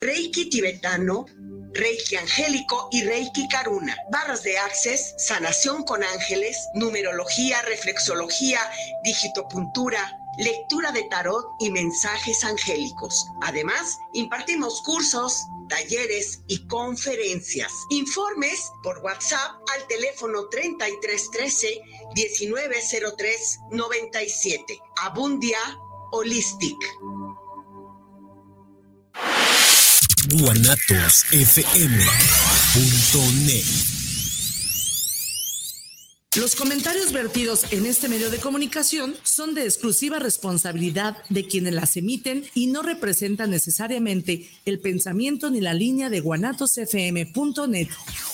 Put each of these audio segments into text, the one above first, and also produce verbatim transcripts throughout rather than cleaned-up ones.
Reiki tibetano, Reiki angélico y Reiki Karuna. Barras de Access, sanación con ángeles, numerología, reflexología, digitopuntura, lectura de tarot y mensajes angélicos. Además, impartimos cursos, talleres y conferencias. Informes por WhatsApp al teléfono treinta y tres trece, diecinueve cero tres noventa y siete. Abundia Holistic. guanatos f m punto net. Los comentarios vertidos en este medio de comunicación son de exclusiva responsabilidad de quienes las emiten y no representan necesariamente el pensamiento ni la línea de guanatos f m punto net.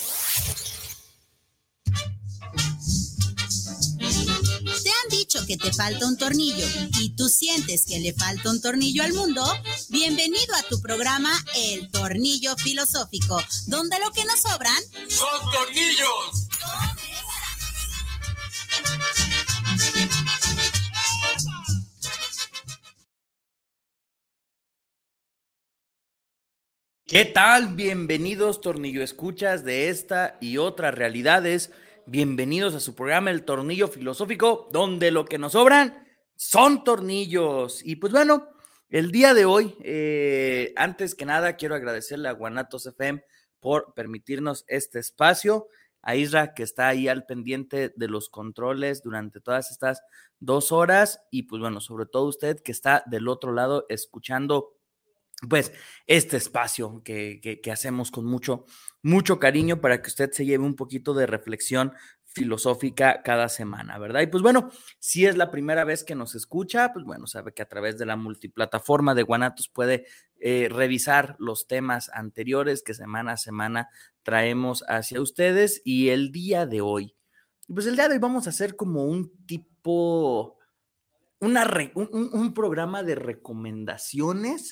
¿Te han dicho que te falta un tornillo y tú sientes que le falta un tornillo al mundo? Bienvenido a tu programa El Tornillo Filosófico, donde lo que nos sobran son tornillos. ¿Qué tal? Bienvenidos, tornillo escuchas de esta y otras realidades. Bienvenidos a su programa El Tornillo Filosófico, donde lo que nos sobran son tornillos. Y pues bueno, el día de hoy, eh, antes que nada, quiero agradecerle a Guanatos F M por permitirnos este espacio. A Isra, que está ahí al pendiente de los controles durante todas estas dos horas. Y pues bueno, sobre todo usted que está del otro lado escuchando pues este espacio que, que, que hacemos con mucho, mucho cariño para que usted se lleve un poquito de reflexión filosófica cada semana, ¿verdad? Y pues bueno, si es la primera vez que nos escucha, pues bueno, sabe que a través de la multiplataforma de Guanatos puede eh, revisar los temas anteriores que semana a semana traemos hacia ustedes. Y el día de hoy, pues el día de hoy vamos a hacer como un tipo, una re, un, un programa de recomendaciones.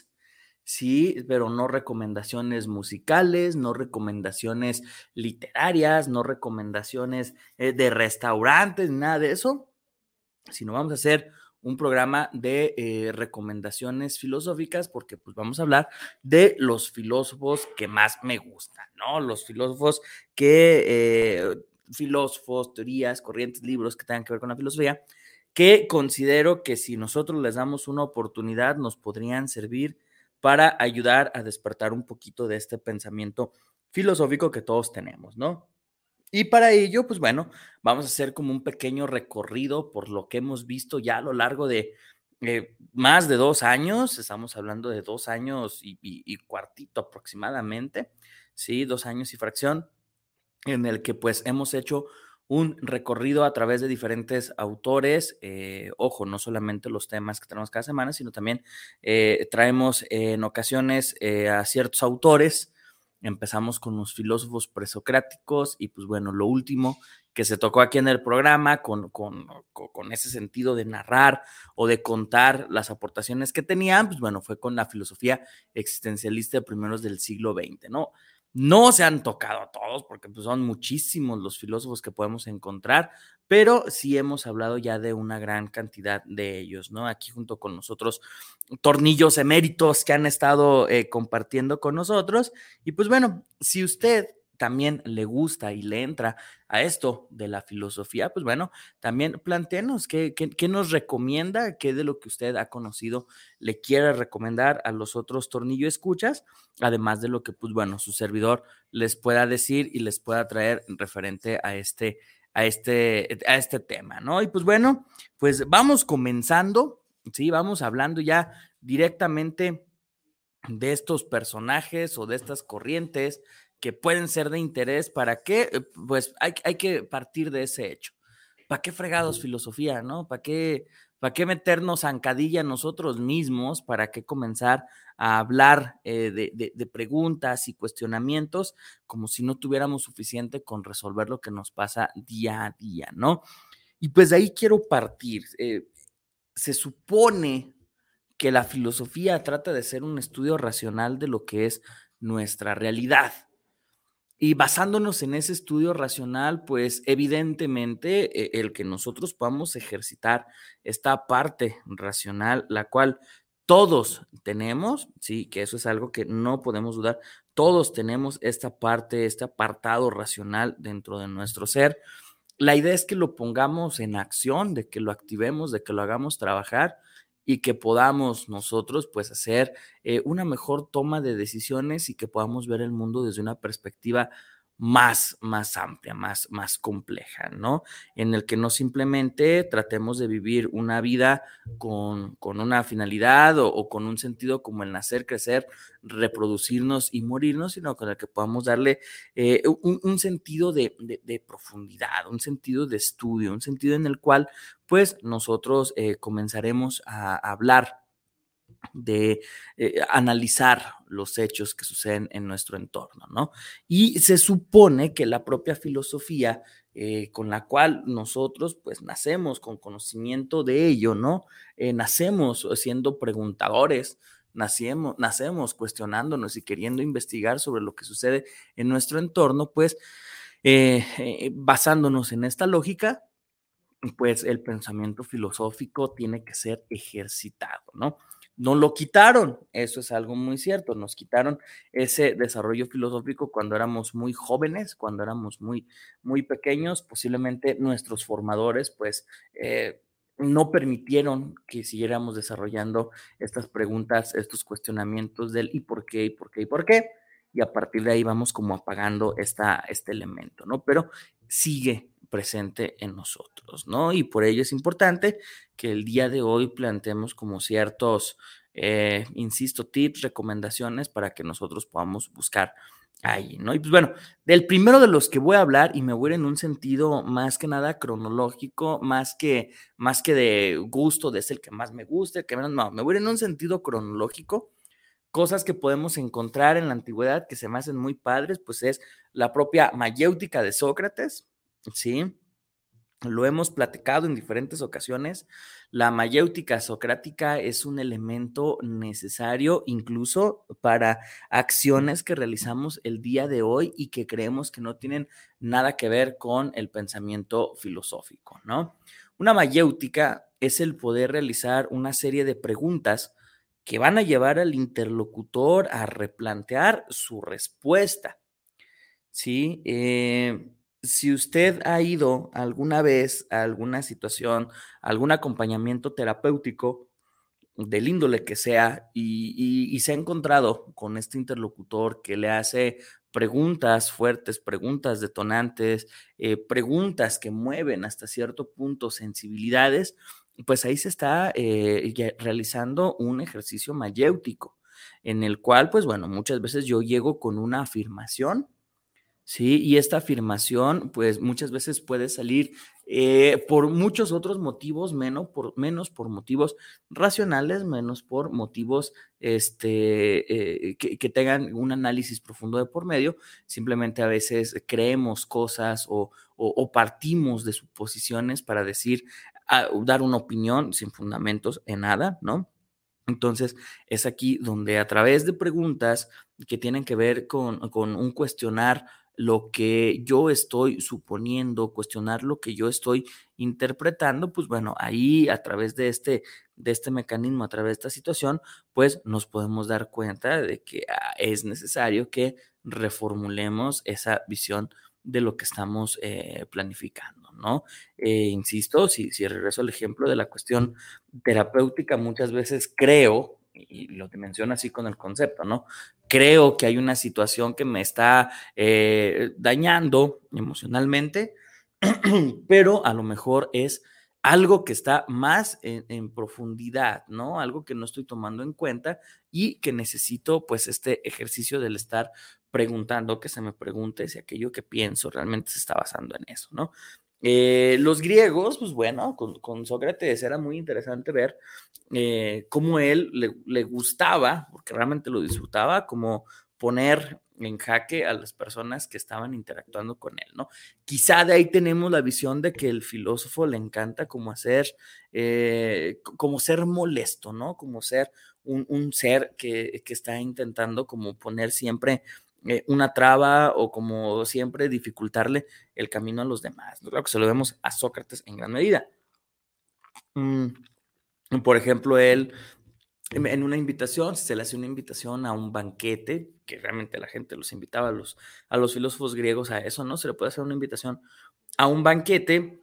Sí, pero no recomendaciones musicales, no recomendaciones literarias, no recomendaciones eh, de restaurantes, nada de eso, sino vamos a hacer un programa de eh, recomendaciones filosóficas, porque pues vamos a hablar de los filósofos que más me gustan, ¿no? Los filósofos que, eh, filósofos, teorías, corrientes, libros que tengan que ver con la filosofía, que considero que si nosotros les damos una oportunidad nos podrían servir para ayudar a despertar un poquito de este pensamiento filosófico que todos tenemos, ¿no? Y para ello, pues bueno, vamos a hacer como un pequeño recorrido por lo que hemos visto ya a lo largo de eh, más de dos años, estamos hablando de dos años y, y, y cuartito aproximadamente, ¿sí? Dos años y fracción, en el que pues hemos hecho un recorrido a través de diferentes autores, eh, ojo, no solamente los temas que tenemos cada semana, sino también eh, traemos eh, en ocasiones eh, a ciertos autores. Empezamos con los filósofos presocráticos y pues bueno, lo último que se tocó aquí en el programa con, con, con ese sentido de narrar o de contar las aportaciones que tenían, pues bueno, fue con la filosofía existencialista de primeros del siglo veinte, ¿no? No se han tocado a todos porque pues, son muchísimos los filósofos que podemos encontrar, pero sí hemos hablado ya de una gran cantidad de ellos, ¿no? Aquí junto con nosotros, tornillos eméritos que han estado eh, compartiendo con nosotros. Y pues bueno, si usted también le gusta y le entra a esto de la filosofía, pues bueno, también plantéenos qué, qué, qué nos recomienda, qué de lo que usted ha conocido le quiere recomendar a los otros tornillo escuchas, además de lo que, pues bueno, su servidor les pueda decir y les pueda traer referente a este, a este, a este tema, ¿no? Y pues bueno, pues vamos comenzando, ¿sí? Vamos hablando ya directamente de estos personajes o de estas corrientes que pueden ser de interés. ¿Para qué? Pues hay, hay que partir de ese hecho. ¿Para qué fregados filosofía, no? ¿Para qué, para qué meternos zancadilla nosotros mismos? ¿Para qué comenzar a hablar eh, de, de, de preguntas y cuestionamientos como si no tuviéramos suficiente con resolver lo que nos pasa día a día, ¿no? Y pues de ahí quiero partir. Eh, se supone que la filosofía trata de ser un estudio racional de lo que es nuestra realidad. Y basándonos en ese estudio racional, pues evidentemente eh, el que nosotros podamos ejercitar esta parte racional, la cual todos tenemos, sí, que eso es algo que no podemos dudar, todos tenemos esta parte, este apartado racional dentro de nuestro ser. La idea es que lo pongamos en acción, de que lo activemos, de que lo hagamos trabajar y que podamos nosotros pues hacer eh, una mejor toma de decisiones y que podamos ver el mundo desde una perspectiva más, más amplia, más, más compleja, ¿no? En el que no simplemente tratemos de vivir una vida con, con una finalidad o, o con un sentido como el nacer, crecer, reproducirnos y morirnos, sino con el que podamos darle eh, un, un sentido de, de, de profundidad, un sentido de estudio, un sentido en el cual pues nosotros eh, comenzaremos a hablar de eh, analizar los hechos que suceden en nuestro entorno, ¿no? Y se supone que la propia filosofía eh, con la cual nosotros pues nacemos con conocimiento de ello, ¿no? Eh, nacemos siendo preguntadores, nacemos, nacemos cuestionándonos y queriendo investigar sobre lo que sucede en nuestro entorno, pues eh, eh, basándonos en esta lógica, pues el pensamiento filosófico tiene que ser ejercitado, ¿no? No lo quitaron, eso es algo muy cierto, nos quitaron ese desarrollo filosófico cuando éramos muy jóvenes, cuando éramos muy, muy pequeños, posiblemente nuestros formadores, pues, eh, no permitieron que siguiéramos desarrollando estas preguntas, estos cuestionamientos del y por qué, y por qué, y por qué, y a partir de ahí vamos como apagando esta, este elemento, ¿no? Pero sigue presente en nosotros, ¿no? Y por ello es importante que el día de hoy planteemos como ciertos, eh, insisto, tips, recomendaciones para que nosotros podamos buscar ahí, ¿no? Y pues bueno, del primero de los que voy a hablar, y me voy a ir en un sentido más que nada cronológico, más que, más que de gusto, de es el que más me gusta, el que menos, no, me voy a ir en un sentido cronológico. Cosas que podemos encontrar en la antigüedad que se me hacen muy padres, pues es la propia mayéutica de Sócrates, ¿sí? Lo hemos platicado en diferentes ocasiones. La mayéutica socrática es un elemento necesario incluso para acciones que realizamos el día de hoy y que creemos que no tienen nada que ver con el pensamiento filosófico, ¿no? Una mayéutica es el poder realizar una serie de preguntas que van a llevar al interlocutor a replantear su respuesta, ¿sí? Eh, si usted ha ido alguna vez a alguna situación, algún acompañamiento terapéutico, del índole que sea, y, y, y se ha encontrado con este interlocutor que le hace preguntas fuertes, preguntas detonantes, eh, preguntas que mueven hasta cierto punto sensibilidades, pues ahí se está eh, realizando un ejercicio mayéutico, en el cual, pues bueno, muchas veces yo llego con una afirmación. Sí, y esta afirmación, pues muchas veces puede salir eh, por muchos otros motivos, menos por, menos por motivos racionales, menos por motivos este, eh, que, que tengan un análisis profundo de por medio. Simplemente a veces creemos cosas o, o, o partimos de suposiciones para decir, a, dar una opinión sin fundamentos en nada, ¿no? Entonces, es aquí donde a través de preguntas que tienen que ver con, con un cuestionar lo que yo estoy suponiendo, cuestionar lo que yo estoy interpretando, pues bueno, ahí a través de este, de este mecanismo, a través de esta situación, pues nos podemos dar cuenta de que ah, es necesario que reformulemos esa visión de lo que estamos eh, planificando, ¿no? Eh, insisto, si, si regreso al ejemplo de la cuestión terapéutica, muchas veces creo, y lo que menciono así con el concepto, ¿no? Creo que hay una situación que me está eh, dañando emocionalmente, pero a lo mejor es algo que está más en, en profundidad, ¿no? Algo que no estoy tomando en cuenta y que necesito, pues, este ejercicio del estar preguntando, que se me pregunte si aquello que pienso realmente se está basando en eso, ¿no? Eh, los griegos, pues bueno, con, con Sócrates era muy interesante ver eh, cómo él le, le gustaba, porque realmente lo disfrutaba, como poner en jaque a las personas que estaban interactuando con él, ¿no? Quizá de ahí tenemos la visión de que el filósofo le encanta como hacer, eh, como ser molesto, ¿no? Como ser un, un ser que, que está intentando como poner siempre eh, una traba o como siempre dificultarle el camino a los demás, ¿no? Claro que se lo vemos a Sócrates en gran medida. Mm, por ejemplo, él en, en una invitación, si se le hace una invitación a un banquete, que realmente la gente los invitaba a los, a los filósofos griegos a eso, ¿no? Se le puede hacer una invitación a un banquete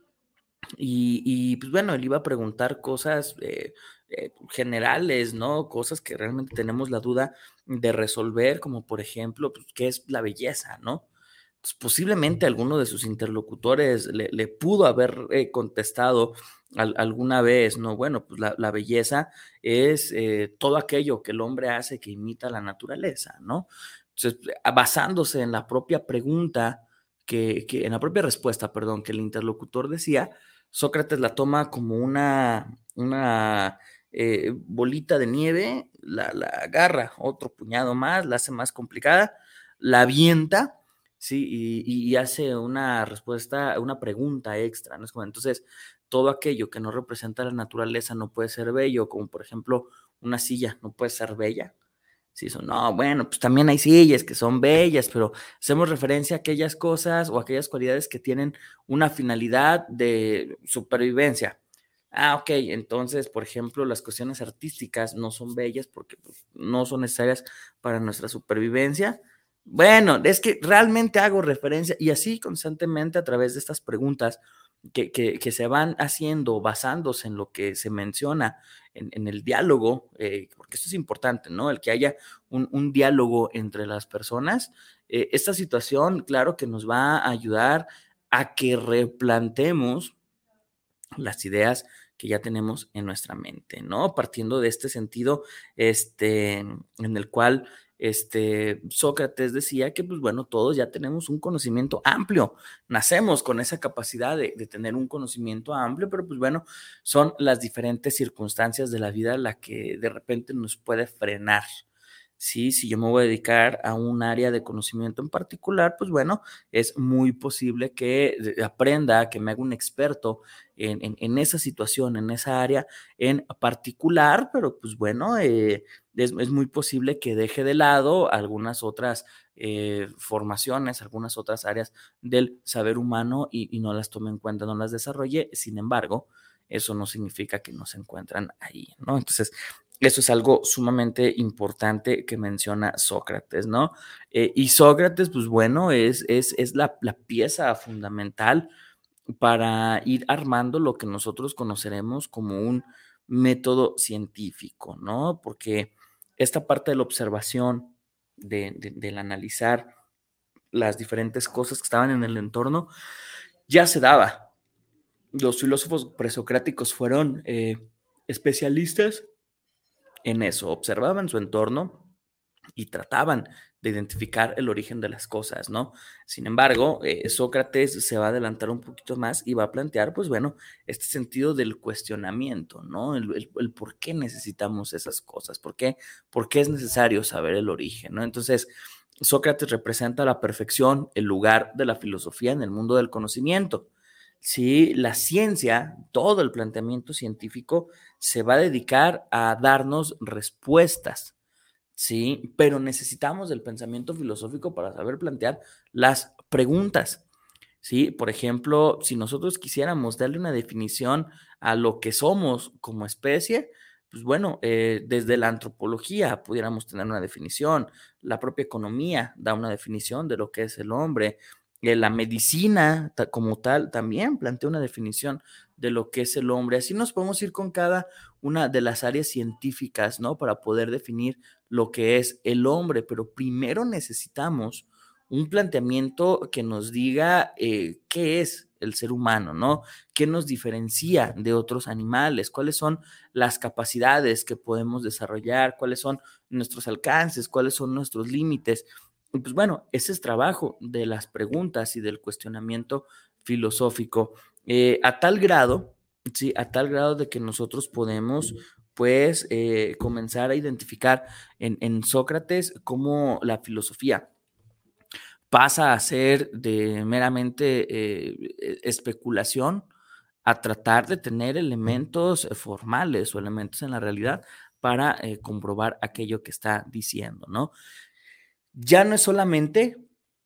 y, y, pues bueno, él iba a preguntar cosas eh, eh, generales, ¿no? Cosas que realmente tenemos la duda de resolver, como por ejemplo, pues, ¿qué es la belleza, no? Pues, posiblemente alguno de sus interlocutores le, le pudo haber eh, contestado al, alguna vez, ¿no? Bueno, pues la, la belleza es eh, todo aquello que el hombre hace que imita la naturaleza, ¿no? Entonces, basándose en la propia pregunta, que, que en la propia respuesta, perdón, que el interlocutor decía, Sócrates la toma como una, una eh, bolita de nieve, la, la agarra otro puñado más, la hace más complicada, la avienta, sí, y, y hace una respuesta, una pregunta extra, ¿no? Es como, entonces, todo aquello que no representa la naturaleza no puede ser bello, como por ejemplo una silla no puede ser bella. Sí, son, no, bueno, pues también hay sillas que son bellas, pero hacemos referencia a aquellas cosas o aquellas cualidades que tienen una finalidad de supervivencia. Ah, ok, entonces, por ejemplo, las cuestiones artísticas no son bellas porque pues, no son necesarias para nuestra supervivencia. Bueno, es que realmente hago referencia y así constantemente a través de estas preguntas que, que, que se van haciendo basándose en lo que se menciona en, en el diálogo, eh, porque esto es importante, ¿no? El que haya un, un diálogo entre las personas. Eh, esta situación, claro que nos va a ayudar a que replantemos las ideas que ya tenemos en nuestra mente, ¿no? Partiendo de este sentido, este, en el cual este, Sócrates decía que, pues bueno, todos ya tenemos un conocimiento amplio, nacemos con esa capacidad de, de tener un conocimiento amplio, pero pues bueno, son las diferentes circunstancias de la vida la que de repente nos puede frenar. Sí, si yo me voy a dedicar a un área de conocimiento en particular, pues bueno, es muy posible que aprenda, que me haga un experto en, en, en esa situación, en esa área en particular, pero pues bueno, eh, es, es, muy posible que deje de lado algunas otras eh, formaciones, algunas otras áreas del saber humano y, y no las tome en cuenta, no las desarrolle. Sin embargo, eso no significa que no se encuentran ahí, ¿no? Entonces, eso es algo sumamente importante que menciona Sócrates, ¿no? Eh, y Sócrates, pues bueno, es, es, es la, la pieza fundamental para ir armando lo que nosotros conoceremos como un método científico, ¿no? Porque esta parte de la observación, de, de, del analizar las diferentes cosas que estaban en el entorno, ya se daba. Los filósofos presocráticos fueron eh, especialistas en eso, observaban su entorno y trataban de identificar el origen de las cosas, ¿no? Sin embargo, eh, Sócrates se va a adelantar un poquito más y va a plantear, pues bueno, este sentido del cuestionamiento, ¿no? El, el, el por qué necesitamos esas cosas, por qué, por qué es necesario saber el origen, ¿no? Entonces, Sócrates representa a la perfección el lugar de la filosofía en el mundo del conocimiento. Sí, la ciencia, todo el planteamiento científico se va a dedicar a darnos respuestas, sí, pero necesitamos del pensamiento filosófico para saber plantear las preguntas, sí. Por ejemplo, si nosotros quisiéramos darle una definición a lo que somos como especie, pues bueno, eh, desde la antropología pudiéramos tener una definición, la propia economía da una definición de lo que es el hombre, eh, la medicina ta, como tal también plantea una definición de lo que es el hombre. Así nos podemos ir con cada una de las áreas científicas, ¿no? Para poder definir lo que es el hombre, pero primero necesitamos un planteamiento que nos diga eh, qué es el ser humano, ¿no? ¿Qué nos diferencia de otros animales? ¿Cuáles son las capacidades que podemos desarrollar? ¿Cuáles son nuestros alcances? ¿Cuáles son nuestros límites? Y pues bueno, ese es trabajo de las preguntas y del cuestionamiento filosófico, eh, a tal grado, sí, a tal grado de que nosotros podemos pues eh, comenzar a identificar en, en Sócrates cómo la filosofía pasa a ser de meramente eh, especulación a tratar de tener elementos formales o elementos en la realidad para eh, comprobar aquello que está diciendo, ¿no? Ya no es solamente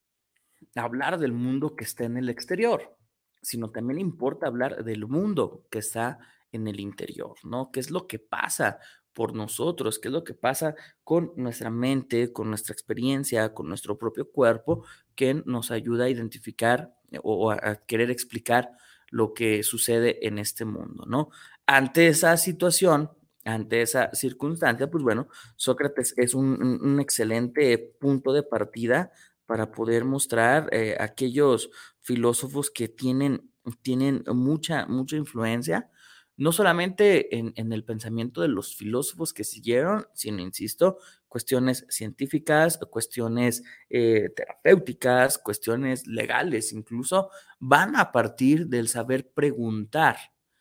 hablar del mundo que está en el exterior, sino también importa hablar del mundo que está en el interior, ¿no? ¿Qué es lo que pasa por nosotros, qué es lo que pasa con nuestra mente, con nuestra experiencia, con nuestro propio cuerpo, que nos ayuda a identificar o a, a querer explicar lo que sucede en este mundo, ¿no? Ante esa situación, ante esa circunstancia, pues bueno, Sócrates es un, un, un excelente punto de partida para poder mostrar eh, aquellos filósofos que tienen, tienen mucha, mucha influencia, no solamente en, en el pensamiento de los filósofos que siguieron, sino, insisto, cuestiones científicas, cuestiones eh, terapéuticas, cuestiones legales, incluso van a partir del saber preguntar.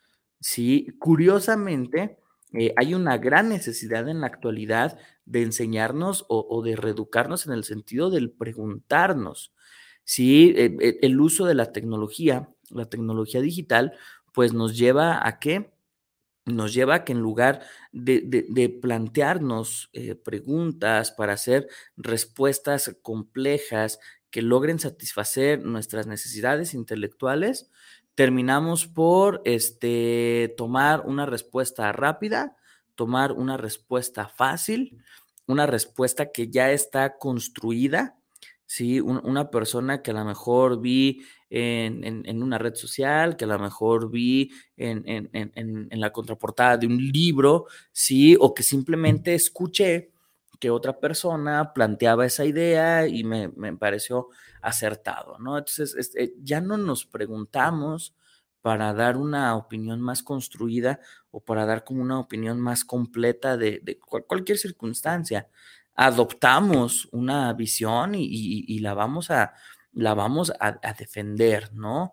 Sí, curiosamente, eh, hay una gran necesidad en la actualidad de enseñarnos o, o de reeducarnos en el sentido del preguntarnos. Sí, eh, eh, el uso de la tecnología, la tecnología digital, pues nos lleva a qué? Nos lleva a que en lugar de, de, de plantearnos eh, preguntas para hacer respuestas complejas que logren satisfacer nuestras necesidades intelectuales, terminamos por este, tomar una respuesta rápida, tomar una respuesta fácil, una respuesta que ya está construida, ¿sí? Un, una persona que a lo mejor vi en, en, en una red social, que a lo mejor vi en, en, en, en la contraportada de un libro, ¿sí? O que simplemente escuché que otra persona planteaba esa idea y me, me pareció acertado, ¿no? Entonces, este, ya no nos preguntamos para dar una opinión más construida o para dar como una opinión más completa de, de cual, cualquier circunstancia. Adoptamos una visión y, y, y la vamos a, la vamos a, a defender, ¿no?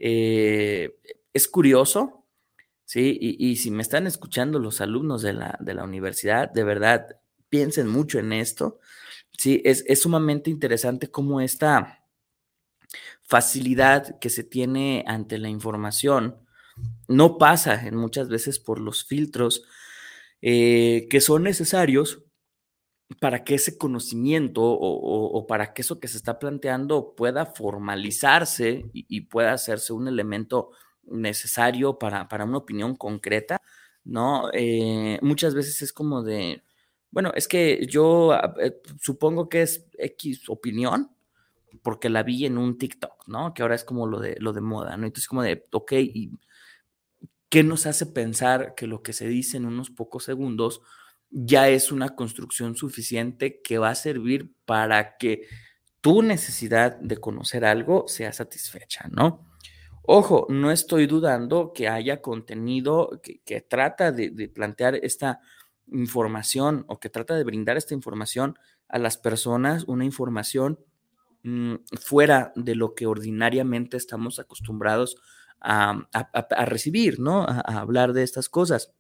Eh, es curioso, ¿sí? Y, y si me están escuchando los alumnos de la, de la universidad, de verdad, piensen mucho en esto, ¿sí? Es, es sumamente interesante cómo esta facilidad que se tiene ante la información no pasa en muchas veces por los filtros eh, que son necesarios para que ese conocimiento o, o, o para que eso que se está planteando pueda formalizarse y, y pueda hacerse un elemento necesario para, para una opinión concreta, ¿no? Eh, muchas veces es como de, bueno, es que yo eh, supongo que es X opinión porque la vi en un TikTok, ¿no? Que ahora es como lo de, lo de moda, ¿no? Entonces como de, ok, ¿y qué nos hace pensar que lo que se dice en unos pocos segundos ya es una construcción suficiente que va a servir para que tu necesidad de conocer algo sea satisfecha, ¿no? Ojo, no estoy dudando que haya contenido que, que trata de, de plantear esta información o que trata de brindar esta información a las personas, una información mmm, fuera de lo que ordinariamente estamos acostumbrados a, a, a recibir, ¿no? A, a hablar de estas cosas.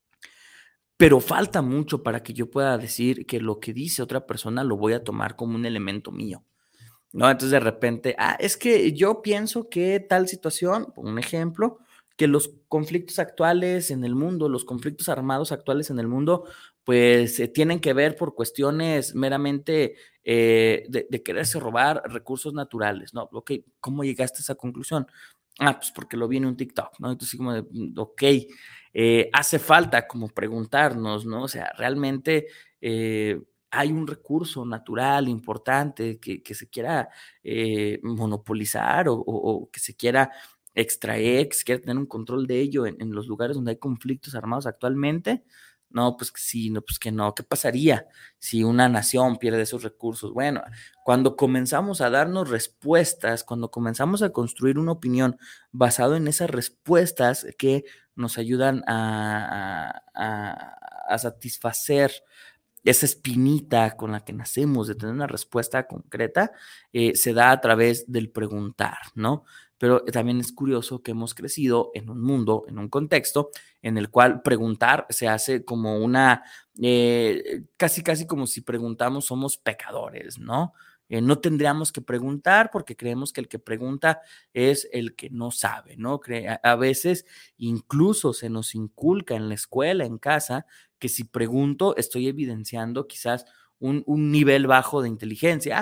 Pero falta mucho para que yo pueda decir que lo que dice otra persona lo voy a tomar como un elemento mío, ¿no? Entonces de repente, ah, es que yo pienso que tal situación, un ejemplo, que los conflictos actuales en el mundo, los conflictos armados actuales en el mundo, pues eh, tienen que ver por cuestiones meramente eh, de, de quererse robar recursos naturales, ¿no? Ok, ¿cómo llegaste a esa conclusión? Ah, pues porque lo vi en un TikTok, ¿no? Entonces como de, ok, eh, hace falta como preguntarnos, ¿no? O sea, realmente eh, hay un recurso natural importante que, que se quiera eh, monopolizar o, o, o, que se quiera extraer, que se quiera tener un control de ello en, en los lugares donde hay conflictos armados actualmente. No, pues que sí, no, pues que no. ¿Qué pasaría si una nación pierde esos recursos? Bueno, cuando comenzamos a darnos respuestas, cuando comenzamos a construir una opinión basado en esas respuestas que nos ayudan a, a, a, a satisfacer esa espinita con la que nacemos de tener una respuesta concreta, eh, se da a través del preguntar, ¿no? Pero también es curioso que hemos crecido en un mundo, en un contexto en el cual preguntar se hace como una, eh, casi, casi como si preguntamos somos pecadores, ¿no? Eh, no tendríamos que preguntar porque creemos que el que pregunta es el que no sabe, ¿no? Cre- a veces incluso se nos inculca en la escuela, en casa, que si pregunto estoy evidenciando quizás un, un nivel bajo de inteligencia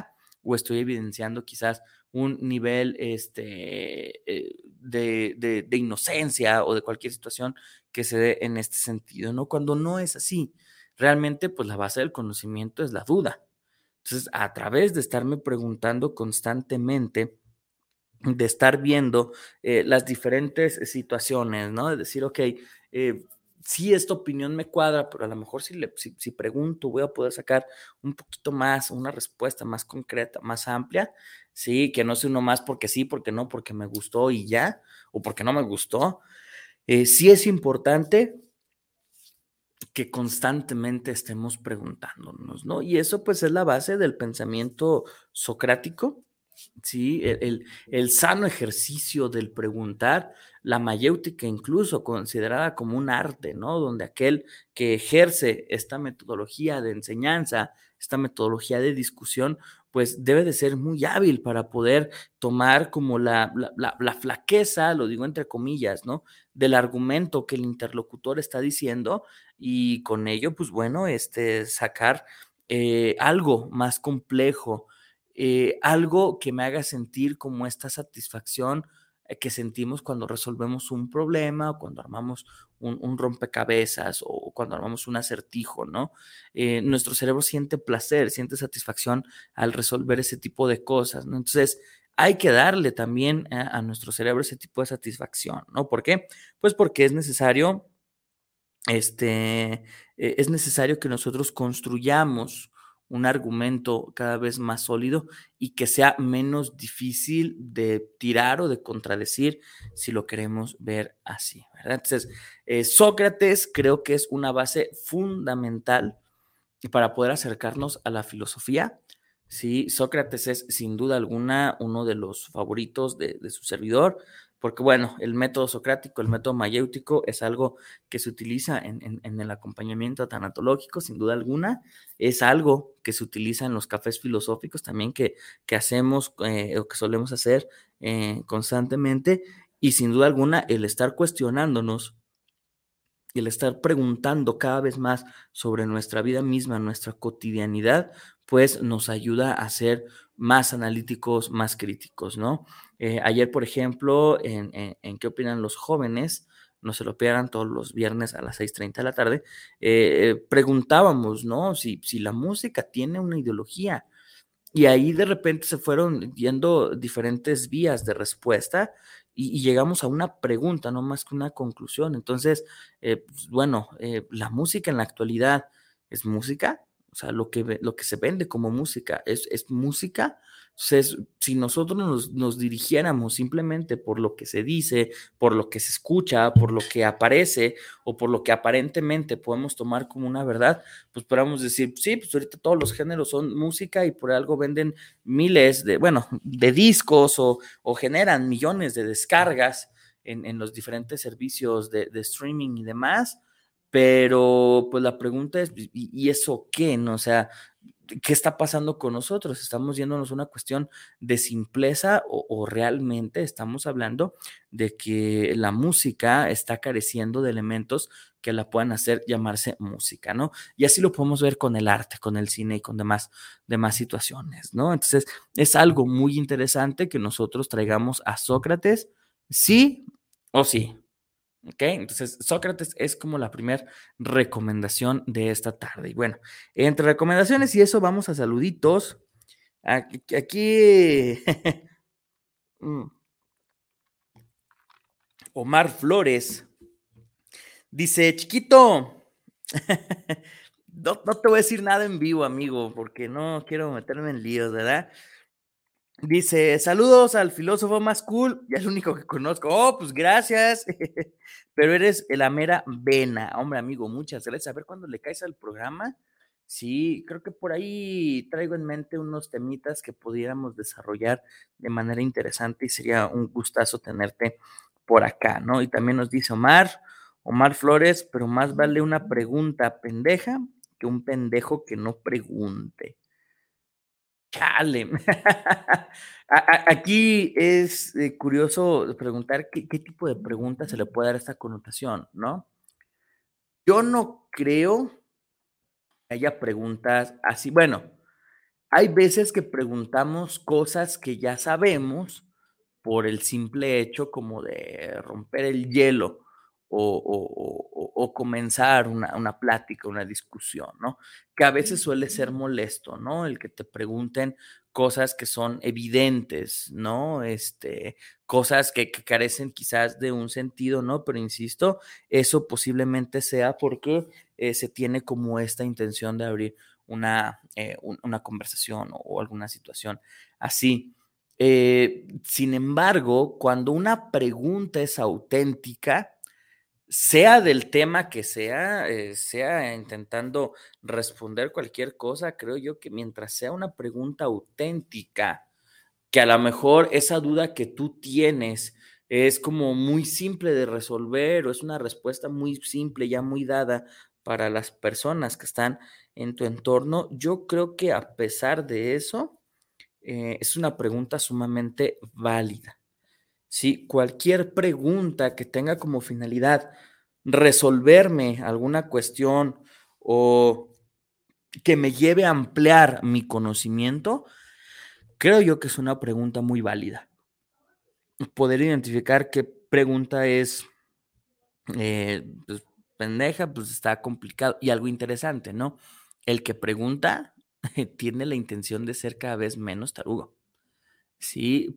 o estoy evidenciando quizás un nivel este, eh, de, de, de inocencia o de cualquier situación que se dé en este sentido, ¿no? Cuando no es así, realmente pues la base del conocimiento es la duda. Entonces, a través de estarme preguntando constantemente, de estar viendo eh, las diferentes situaciones, ¿no? De decir, ok, eh, sí, esta opinión me cuadra, pero a lo mejor si, le, si, si pregunto voy a poder sacar un poquito más, una respuesta más concreta, más amplia, sí, que no sea uno más porque sí, porque no, porque me gustó y ya, o porque no me gustó. Eh, sí es importante que constantemente estemos preguntándonos, ¿no? Y eso pues es la base del pensamiento socrático, ¿sí? El, el, el sano ejercicio del preguntar, la mayéutica incluso considerada como un arte, ¿no? Donde aquel que ejerce esta metodología de enseñanza, esta metodología de discusión, pues debe de ser muy hábil para poder tomar como la, la, la, la flaqueza, lo digo entre comillas, ¿no? Del argumento que el interlocutor está diciendo y con ello, pues bueno, este, sacar eh, algo más complejo, eh, algo que me haga sentir como esta satisfacción eh, que sentimos cuando resolvemos un problema, o cuando armamos un, un rompecabezas o cuando armamos un acertijo, ¿no? Eh, nuestro cerebro siente placer, siente satisfacción al resolver ese tipo de cosas, ¿no? Entonces, hay que darle también a, a nuestro cerebro ese tipo de satisfacción, ¿no? ¿Por qué? Pues porque es necesario este, eh, es necesario que nosotros construyamos un argumento cada vez más sólido y que sea menos difícil de tirar o de contradecir si lo queremos ver así, ¿verdad? Entonces, eh, Sócrates creo que es una base fundamental para poder acercarnos a la filosofía. Sí, Sócrates es sin duda alguna uno de los favoritos de, de su servidor, porque bueno, el método socrático, el método mayéutico es algo que se utiliza en, en, en el acompañamiento tanatológico, sin duda alguna, es algo que se utiliza en los cafés filosóficos también que, que hacemos eh, o que solemos hacer eh, constantemente, y sin duda alguna el estar cuestionándonos y el estar preguntando cada vez más sobre nuestra vida misma, nuestra cotidianidad, pues nos ayuda a ser más analíticos, más críticos, ¿no? Eh, ayer, por ejemplo, en, en, en ¿Qué opinan los jóvenes? No se lo pierdan todos los viernes a las seis treinta de la tarde, eh, preguntábamos, ¿no? Si, si la música tiene una ideología. Y ahí de repente se fueron yendo diferentes vías de respuesta y, y llegamos a una pregunta, no más que una conclusión. Entonces, eh, pues, bueno, eh, la música en la actualidad es música, o sea, lo que, lo que se vende como música es, es música. Entonces, si nosotros nos, nos dirigiéramos simplemente por lo que se dice, por lo que se escucha, por lo que aparece o por lo que aparentemente podemos tomar como una verdad, pues podríamos decir, sí, pues ahorita todos los géneros son música y por algo venden miles de, bueno, de discos o, o generan millones de descargas en, en los diferentes servicios de, de streaming y demás, pero pues la pregunta es, ¿y, y eso qué? ¿No? O sea, ¿qué está pasando con nosotros? ¿Estamos yéndonos a una cuestión de simpleza o, o realmente estamos hablando de que la música está careciendo de elementos que la puedan hacer llamarse música, ¿no? Y así lo podemos ver con el arte, con el cine y con demás, demás situaciones, ¿no? Entonces, es algo muy interesante que nosotros traigamos a Sócrates, sí o sí. ¿Ok? Entonces, Sócrates es como la primera recomendación de esta tarde. Y bueno, entre recomendaciones y eso, vamos a saluditos. Aquí, aquí Omar Flores dice, chiquito, no, no te voy a decir nada en vivo, amigo, porque no quiero meterme en líos, ¿verdad? Dice, saludos al filósofo más cool, ya es el único que conozco. Oh, pues gracias, pero eres la mera vena. Hombre, amigo, muchas gracias. A ver cuándo le caes al programa. Sí, creo que por ahí traigo en mente unos temitas que pudiéramos desarrollar de manera interesante y sería un gustazo tenerte por acá, ¿no? Y también nos dice Omar, Omar Flores, pero más vale una pregunta pendeja que un pendejo que no pregunte. Chale. Aquí es eh, curioso preguntar qué, qué tipo de pregunta se le puede dar a esta connotación, ¿no? Yo no creo que haya preguntas así. Bueno, hay veces que preguntamos cosas que ya sabemos por el simple hecho como de romper el hielo o, o- o- o comenzar una, una plática, una discusión, ¿no? Que a veces suele ser molesto, ¿no? El que te pregunten cosas que son evidentes, ¿no? Este, cosas que, que carecen quizás de un sentido, ¿no? Pero insisto, eso posiblemente sea porque eh, se tiene como esta intención de abrir una, eh, un- una conversación o, o alguna situación así. Eh, sin embargo, cuando una pregunta es auténtica, sea del tema que sea, eh, sea intentando responder cualquier cosa, creo yo que mientras sea una pregunta auténtica, que a lo mejor esa duda que tú tienes es como muy simple de resolver o es una respuesta muy simple, ya muy dada para las personas que están en tu entorno, yo creo que a pesar de eso, eh, es una pregunta sumamente válida. Sí, cualquier pregunta que tenga como finalidad resolverme alguna cuestión o que me lleve a ampliar mi conocimiento, creo yo que es una pregunta muy válida. Poder identificar qué pregunta es eh, pues, pendeja, pues está complicado. Y algo interesante, ¿no? El que pregunta tiene la intención de ser cada vez menos tarugo. Sí,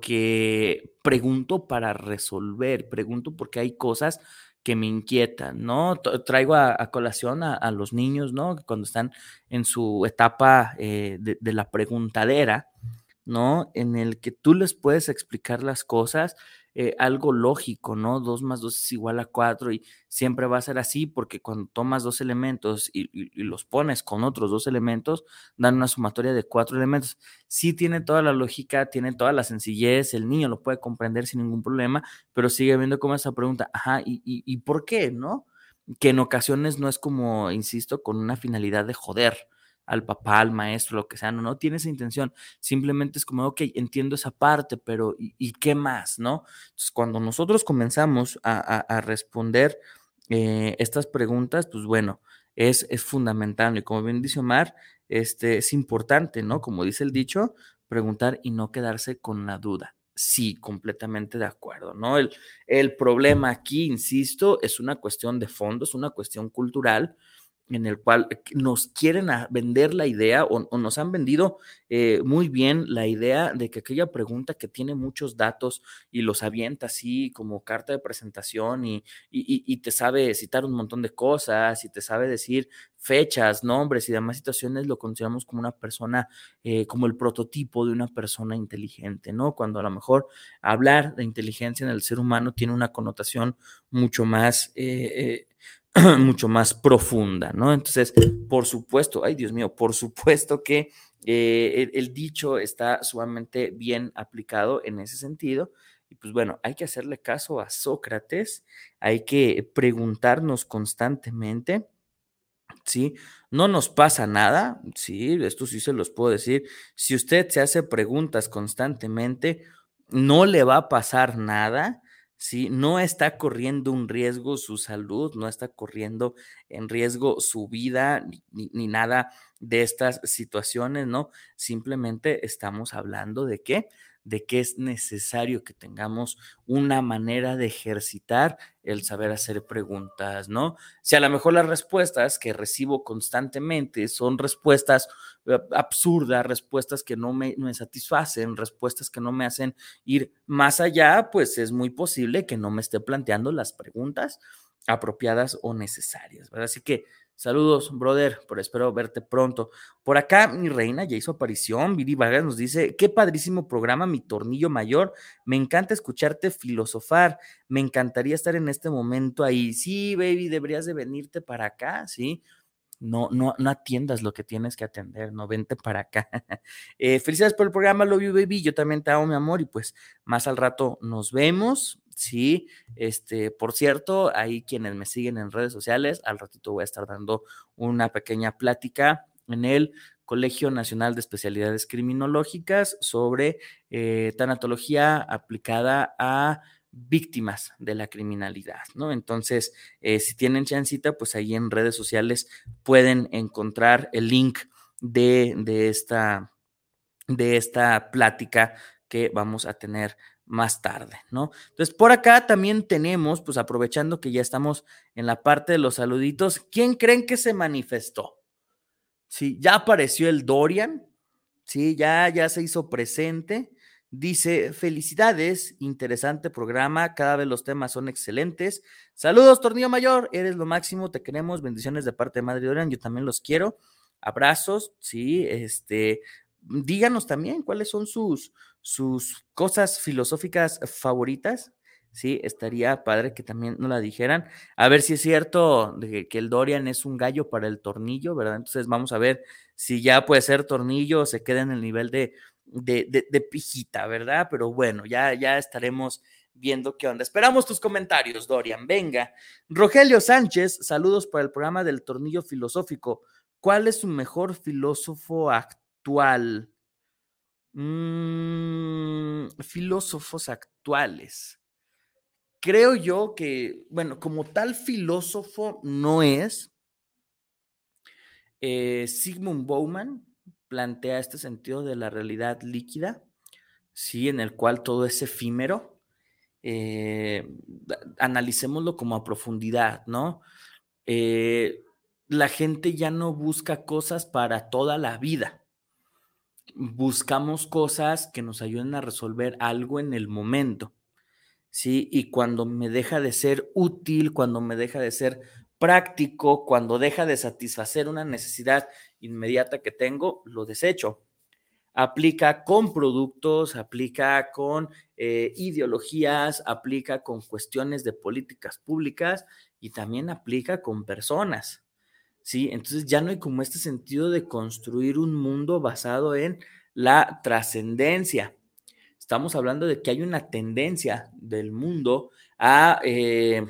porque pregunto para resolver, pregunto porque hay cosas que me inquietan, ¿no? T- Traigo a, a colación a, a los niños, ¿no? Cuando están en su etapa eh, de, de la preguntadera, ¿no? En el que tú les puedes explicar las cosas, eh, algo lógico, ¿no? Dos más dos es igual a cuatro y siempre va a ser así porque cuando tomas dos elementos y, y- y los pones con otros dos elementos, dan una sumatoria de cuatro elementos. Sí tiene toda la lógica, tiene toda la sencillez, el niño lo puede comprender sin ningún problema, pero sigue viendo como esa pregunta, ajá, ¿y, y, y por qué, no? Que en ocasiones no es como, insisto, con una finalidad de joder al papá, al maestro, lo que sea, no, no tiene esa intención, simplemente es como, ok, entiendo esa parte, pero ¿y, y qué más, no? Entonces, cuando nosotros comenzamos a, a, a responder eh, estas preguntas, pues bueno, es, es fundamental, y como bien dice Omar, este, es importante, ¿no? Como dice el dicho, preguntar y no quedarse con la duda. Sí, completamente de acuerdo, ¿no? El, el problema aquí, insisto, es una cuestión de fondo, es una cuestión cultural en el cual nos quieren a vender la idea o, o nos han vendido eh, muy bien la idea de que aquella pregunta que tiene muchos datos y los avienta así como carta de presentación y, y, y te sabe citar un montón de cosas y te sabe decir fechas, nombres y demás situaciones, lo consideramos como una persona, eh, como el prototipo de una persona inteligente, ¿no? Cuando a lo mejor hablar de inteligencia en el ser humano tiene una connotación mucho más... Eh, eh, mucho más profunda, ¿no? Entonces, por supuesto, ay Dios mío, por supuesto que eh, el, el dicho está sumamente bien aplicado en ese sentido. Y pues bueno, hay que hacerle caso a Sócrates, hay que preguntarnos constantemente, ¿sí? No nos pasa nada, sí, esto sí se los puedo decir. Si usted se hace preguntas constantemente, no le va a pasar nada, ¿sí? No está corriendo un riesgo su salud, no está corriendo en riesgo su vida ni, ni, ni nada de estas situaciones, ¿no? Simplemente estamos hablando de qué, de que es necesario que tengamos una manera de ejercitar el saber hacer preguntas, ¿no? Si a lo mejor las respuestas que recibo constantemente son respuestas eh, absurdas, respuestas que no me, me satisfacen, respuestas que no me hacen ir más allá, pues es muy posible que no me esté planteando las preguntas apropiadas o necesarias, ¿verdad? Así que saludos, brother, pero espero verte pronto. Por acá, mi reina ya hizo aparición. Viri Vargas nos dice: qué padrísimo programa, mi tornillo mayor. Me encanta escucharte filosofar. Me encantaría estar en este momento ahí. Sí, baby, deberías de venirte para acá, ¿sí? No, no, no atiendas lo que tienes que atender, no, vente para acá. Eh, felicidades por el programa, love you, baby. Yo también te amo, mi amor, y pues más al rato nos vemos. Sí, este, por cierto, ahí quienes me siguen en redes sociales, al ratito voy a estar dando una pequeña plática en el Colegio Nacional de Especialidades Criminológicas sobre eh, tanatología aplicada a víctimas de la criminalidad, ¿no? Entonces, eh, si tienen chancita, pues ahí en redes sociales pueden encontrar el link de, de, esta, de esta plática que vamos a tener más tarde, ¿no? Entonces, por acá también tenemos, pues aprovechando que ya estamos en la parte de los saluditos, ¿quién creen que se manifestó? Sí, ya apareció el Dorian, sí, ya, ya se hizo presente. Dice, felicidades, interesante programa, cada vez los temas son excelentes. Saludos, Tornillo Mayor, eres lo máximo, te queremos, bendiciones de parte de Madre Dorian, yo también los quiero. Abrazos, sí, este, díganos también cuáles son sus, sus cosas filosóficas favoritas. Sí, estaría padre que también nos la dijeran. A ver si es cierto de que el Dorian es un gallo para el tornillo, ¿verdad? Entonces vamos a ver si ya puede ser tornillo o se queda en el nivel de, de, de, de pijita, ¿verdad? Pero bueno, ya, ya estaremos viendo qué onda. Esperamos tus comentarios, Dorian. Venga. Rogelio Sánchez, saludos para el programa del Tornillo Filosófico. ¿Cuál es su mejor filósofo actual? Mm, filósofos actuales. Creo yo que, bueno, como tal filósofo no es. Eh, Zygmunt Bauman plantea este sentido de la realidad líquida, sí, en el cual todo es efímero. Eh, analicémoslo como a profundidad, ¿no? Eh, la gente ya no busca cosas para toda la vida. Buscamos cosas que nos ayuden a resolver algo en el momento. ¿Sí? Y cuando me deja de ser útil, cuando me deja de ser práctico, cuando deja de satisfacer una necesidad inmediata que tengo, lo desecho. Aplica con productos, aplica con eh, ideologías, aplica con cuestiones de políticas públicas y también aplica con personas, ¿sí? Entonces ya no hay como este sentido de construir un mundo basado en la trascendencia. Estamos hablando de que hay una tendencia del mundo a, eh,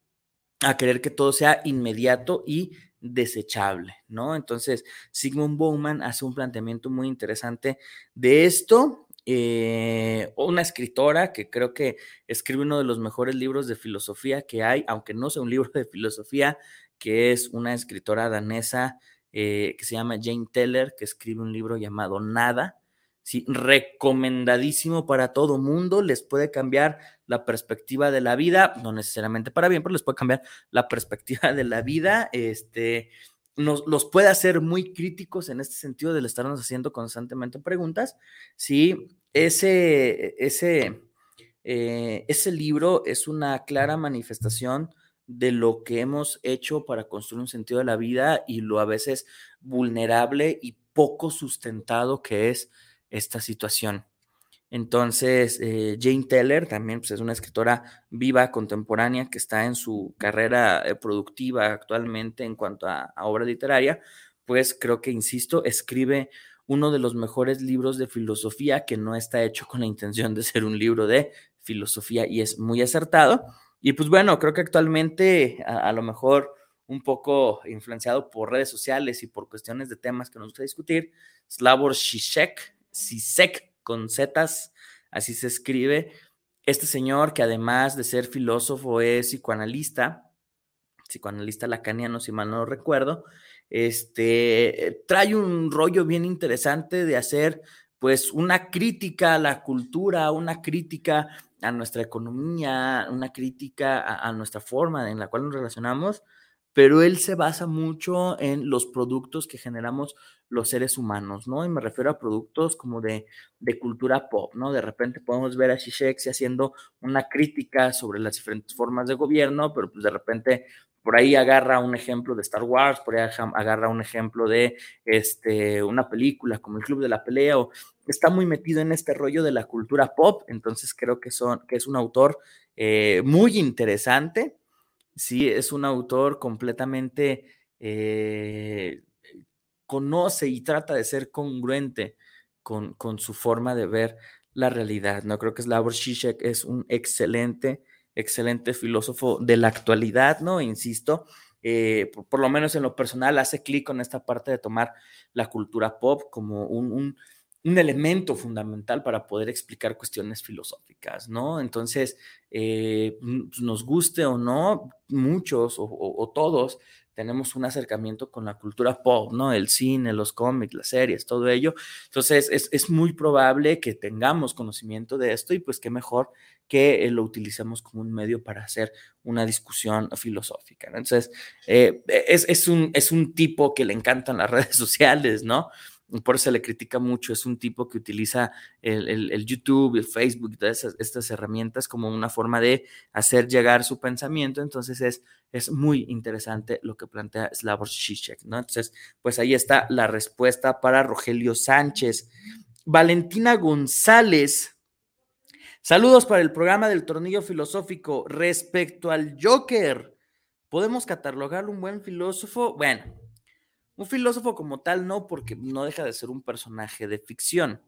a querer que todo sea inmediato y desechable, ¿no? Entonces, Zygmunt Bauman hace un planteamiento muy interesante de esto. Eh, una escritora que creo que escribe uno de los mejores libros de filosofía que hay, aunque no sea un libro de filosofía, que es una escritora danesa eh, que se llama Jane Teller, que escribe un libro llamado Nada. Sí, recomendadísimo para todo mundo, les puede cambiar la perspectiva de la vida, no necesariamente para bien, pero les puede cambiar la perspectiva de la vida, este, nos, los puede hacer muy críticos en este sentido del estarnos haciendo constantemente preguntas. Sí, ese, ese, eh, ese libro es una clara manifestación de lo que hemos hecho para construir un sentido de la vida y lo a veces vulnerable y poco sustentado que es esta situación. Entonces, eh, Jane Teller también pues, es una escritora viva, contemporánea, que está en su carrera eh, productiva actualmente en cuanto a, a obra literaria, pues creo que, insisto, escribe uno de los mejores libros de filosofía que no está hecho con la intención de ser un libro de filosofía y es muy acertado. Y pues bueno, creo que actualmente a, a lo mejor un poco influenciado por redes sociales y por cuestiones de temas que nos gusta discutir, Slavoj Žižek, Zizek con zetas, así se escribe, este señor que además de ser filósofo es psicoanalista, psicoanalista lacaniano si mal no lo recuerdo, este, trae un rollo bien interesante de hacer pues una crítica a la cultura, una crítica a nuestra economía, una crítica a, a nuestra forma en la cual nos relacionamos, pero él se basa mucho en los productos que generamos los seres humanos, ¿no? Y me refiero a productos como de, de cultura pop, ¿no? De repente podemos ver a Zizek haciendo una crítica sobre las diferentes formas de gobierno, pero pues de repente por ahí agarra un ejemplo de Star Wars, por ahí agarra un ejemplo de este, una película como El Club de la Pelea, o está muy metido en este rollo de la cultura pop, entonces creo que, son, que es un autor eh, muy interesante. Sí, es un autor completamente, eh, conoce y trata de ser congruente con, con su forma de ver la realidad, ¿no? Creo que Slavoj Žižek es un excelente, excelente filósofo de la actualidad, ¿no? Insisto, eh, por, por lo menos en lo personal hace clic con esta parte de tomar la cultura pop como un, un un elemento fundamental para poder explicar cuestiones filosóficas, ¿no? Entonces, eh, nos guste o no, muchos o, o, o todos tenemos un acercamiento con la cultura pop, ¿no? El cine, los cómics, las series, todo ello. Entonces, es, es muy probable que tengamos conocimiento de esto y pues qué mejor que eh, lo utilicemos como un medio para hacer una discusión filosófica, ¿no? Entonces, eh, es, es, un, es un tipo que le encantan las redes sociales, ¿no? Por eso se le critica mucho, es un tipo que utiliza el, el, el YouTube, el Facebook, todas esas, estas herramientas como una forma de hacer llegar su pensamiento. Entonces es, es muy interesante lo que plantea Slavoj Žižek, ¿no? Entonces, pues ahí está la respuesta para Rogelio Sánchez. Valentina González, saludos para el programa del Tornillo Filosófico. Respecto al Joker, ¿podemos catalogarlo un buen filósofo? Bueno, un filósofo como tal no, porque no deja de ser un personaje de ficción,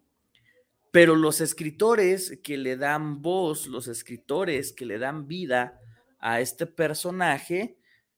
pero los escritores que le dan voz, los escritores que le dan vida a este personaje,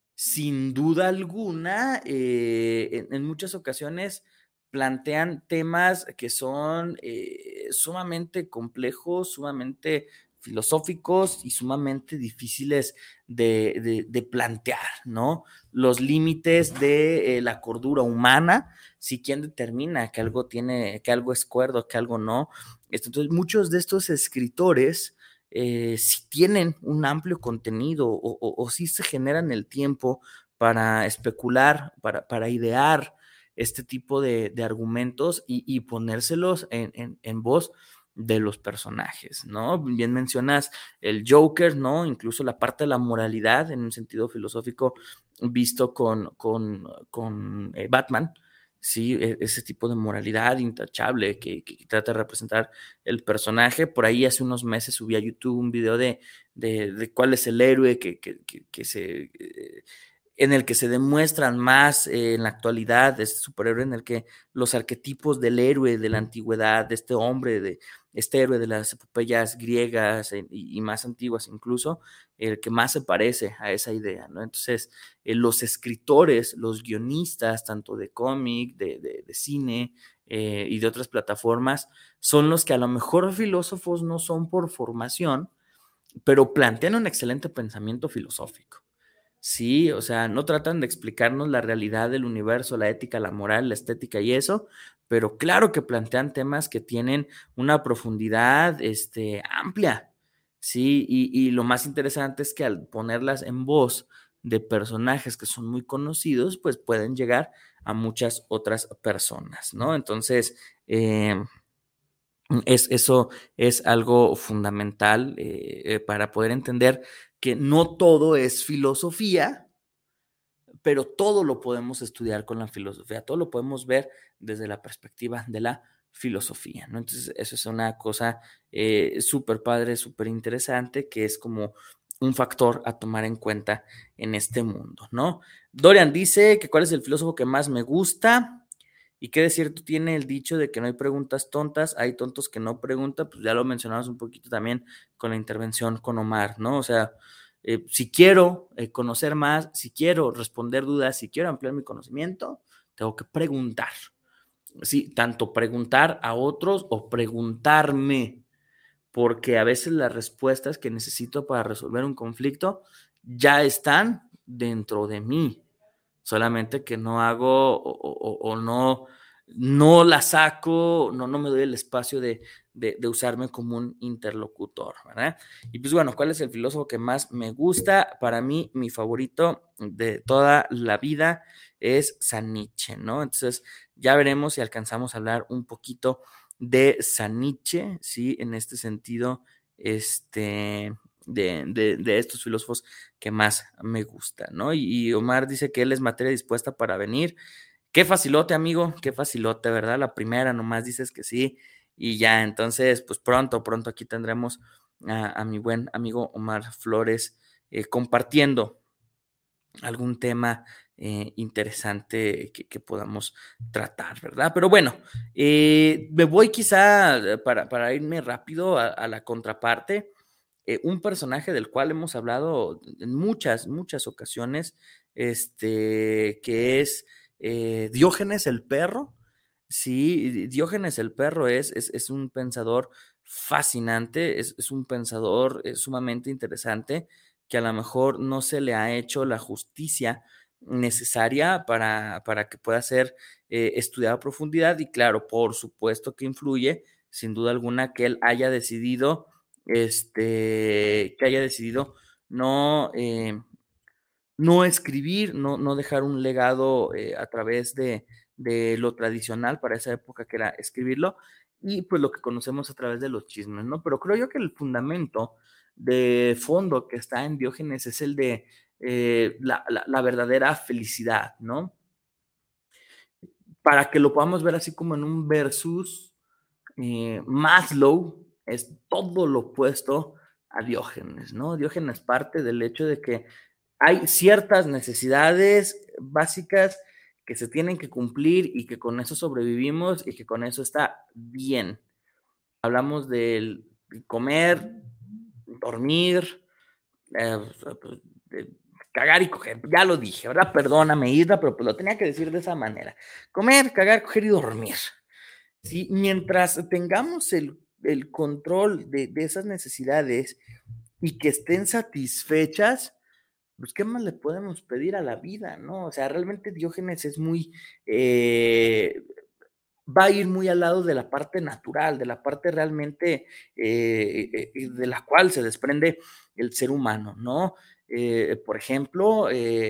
sin duda alguna, eh, en, en muchas ocasiones plantean temas que son eh, sumamente complejos, sumamente filosóficos y sumamente difíciles de, de, de plantear, ¿no? Los límites de eh, la cordura humana, si quién determina que algo tiene, que algo es cuerdo, que algo no. Entonces, muchos de estos escritores eh, si tienen un amplio contenido o, o, o si se generan el tiempo para especular, para, para idear este tipo de, de argumentos y, y ponérselos en, en, en voz de los personajes, ¿no? Bien mencionas el Joker, ¿no? Incluso la parte de la moralidad en un sentido filosófico visto con, con, con eh, Batman, sí, ese tipo de moralidad intachable que, que trata de representar el personaje. Por ahí hace unos meses subí a YouTube un video de, de, de cuál es el héroe que, que, que, que se... Eh, en el que se demuestran más eh, en la actualidad, este superhéroe en el que los arquetipos del héroe de la antigüedad, de este hombre, de este héroe de las epopeyas griegas eh, y, y más antiguas incluso, el que más se parece a esa idea, ¿no? Entonces, eh, los escritores, los guionistas, tanto de cómic, de, de, de cine eh, y de otras plataformas, son los que a lo mejor filósofos no son por formación, pero plantean un excelente pensamiento filosófico. Sí, o sea, no tratan de explicarnos la realidad del universo, la ética, la moral, la estética y eso, pero claro que plantean temas que tienen una profundidad este, amplia, sí, y, y lo más interesante es que al ponerlas en voz de personajes que son muy conocidos, pues pueden llegar a muchas otras personas, ¿no? Entonces, eh, es, eso es algo fundamental eh, eh, para poder entender que no todo es filosofía, pero todo lo podemos estudiar con la filosofía, todo lo podemos ver desde la perspectiva de la filosofía, ¿no? Entonces, eso es una cosa eh, súper padre, súper interesante, que es como un factor a tomar en cuenta en este mundo, ¿no? Dorian dice que cuál es el filósofo que más me gusta y qué de cierto tiene el dicho de que no hay preguntas tontas, hay tontos que no preguntan, pues ya lo mencionamos un poquito también con la intervención con Omar, ¿no? O sea, eh, si quiero eh, conocer más, si quiero responder dudas, si quiero ampliar mi conocimiento, tengo que preguntar, ¿sí? Tanto preguntar a otros o preguntarme, porque a veces las respuestas que necesito para resolver un conflicto ya están dentro de mí, solamente que no hago o, o, o no, no la saco, no, no me doy el espacio de, de, de usarme como un interlocutor, ¿verdad? Y pues bueno, ¿cuál es el filósofo que más me gusta? Para mí, mi favorito de toda la vida es San Nietzsche, ¿no? Entonces, ya veremos si alcanzamos a hablar un poquito de San Nietzsche, ¿sí? En este sentido, este... De, de, de estos filósofos que más me gustan, ¿no? Y, y Omar dice que él es materia dispuesta para venir. Qué facilote, amigo, qué facilote, ¿verdad? La primera nomás dices que sí y ya, entonces, pues pronto, pronto aquí tendremos a, a mi buen amigo Omar Flores eh, compartiendo algún tema eh, interesante que, que podamos tratar, ¿verdad? Pero bueno, eh, me voy quizá para, para irme rápido a, a la contraparte. Eh, un personaje del cual hemos hablado en muchas, muchas ocasiones, este, que es eh, Diógenes el perro. Sí, Diógenes el perro es, es, es un pensador fascinante, es, es un pensador es sumamente interesante, que a lo mejor no se le ha hecho la justicia necesaria para, para que pueda ser eh, estudiada a profundidad. Y claro, por supuesto que influye, sin duda alguna, que él haya decidido, este, que haya decidido no, eh, no escribir, no, no dejar un legado eh, a través de, de lo tradicional para esa época, que era escribirlo, y pues lo que conocemos a través de los chismes, ¿no? Pero creo yo que el fundamento de fondo que está en Diógenes es el de eh, la, la, la verdadera felicidad, ¿no? Para que lo podamos ver así como en un versus, eh, Maslow es todo lo opuesto a Diógenes, ¿no? Diógenes parte del hecho de que hay ciertas necesidades básicas que se tienen que cumplir y que con eso sobrevivimos y que con eso está bien. Hablamos del comer, dormir, eh, de cagar y coger, ya lo dije, ¿verdad? Perdóname, Isra, pero pues lo tenía que decir de esa manera. Comer, cagar, coger y dormir. ¿Sí? Mientras tengamos el, el control de, de esas necesidades y que estén satisfechas, pues, ¿qué más le podemos pedir a la vida, no? O sea, realmente Diógenes es muy, eh, va a ir muy al lado de la parte natural, de la parte realmente eh, eh, de la cual se desprende el ser humano, ¿no? Eh, por ejemplo,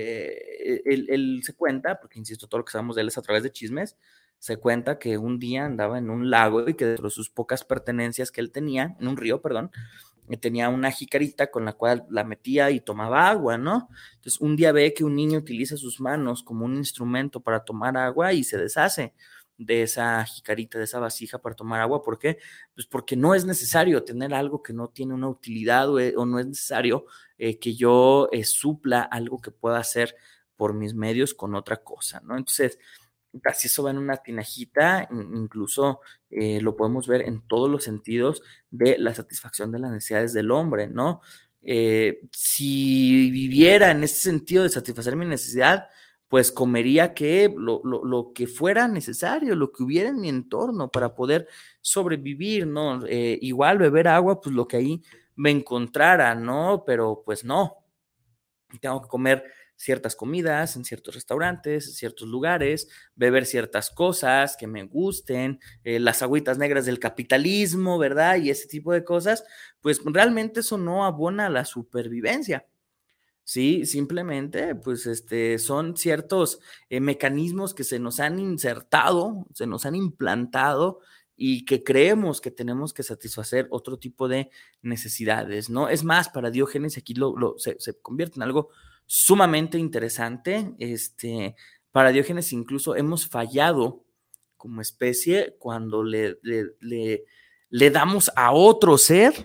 eh, él, él se cuenta, porque insisto, todo lo que sabemos de él es a través de chismes, se cuenta que un día andaba en un lago y que dentro de sus pocas pertenencias que él tenía, en un río, perdón, tenía una jicarita con la cual la metía y tomaba agua, ¿no? Entonces, un día ve que un niño utiliza sus manos como un instrumento para tomar agua y se deshace de esa jicarita, de esa vasija para tomar agua. ¿Por qué? Pues porque no es necesario tener algo que no tiene una utilidad o, o no es necesario eh, que yo eh, supla algo que pueda hacer por mis medios con otra cosa, ¿no? Entonces, así eso va en una tinajita, incluso eh, lo podemos ver en todos los sentidos de la satisfacción de las necesidades del hombre, ¿no? Eh, si viviera en ese sentido de satisfacer mi necesidad, pues comería que lo, lo, lo que fuera necesario, lo que hubiera en mi entorno para poder sobrevivir, ¿no? Eh, igual beber agua, pues lo que ahí me encontrara, ¿no? Pero pues no, tengo que comer ciertas comidas en ciertos restaurantes, en ciertos lugares, beber ciertas cosas que me gusten, eh, las agüitas negras del capitalismo, ¿verdad? Y ese tipo de cosas, pues realmente eso no abona a la supervivencia. Sí, simplemente, pues, este, son ciertos eh, mecanismos que se nos han insertado, se nos han implantado y que creemos que tenemos que satisfacer otro tipo de necesidades, ¿no? Es más, para Diógenes aquí lo, lo, se, se convierte en algo sumamente interesante. Este, para Diógenes incluso hemos fallado como especie cuando le, le, le, le damos a otro ser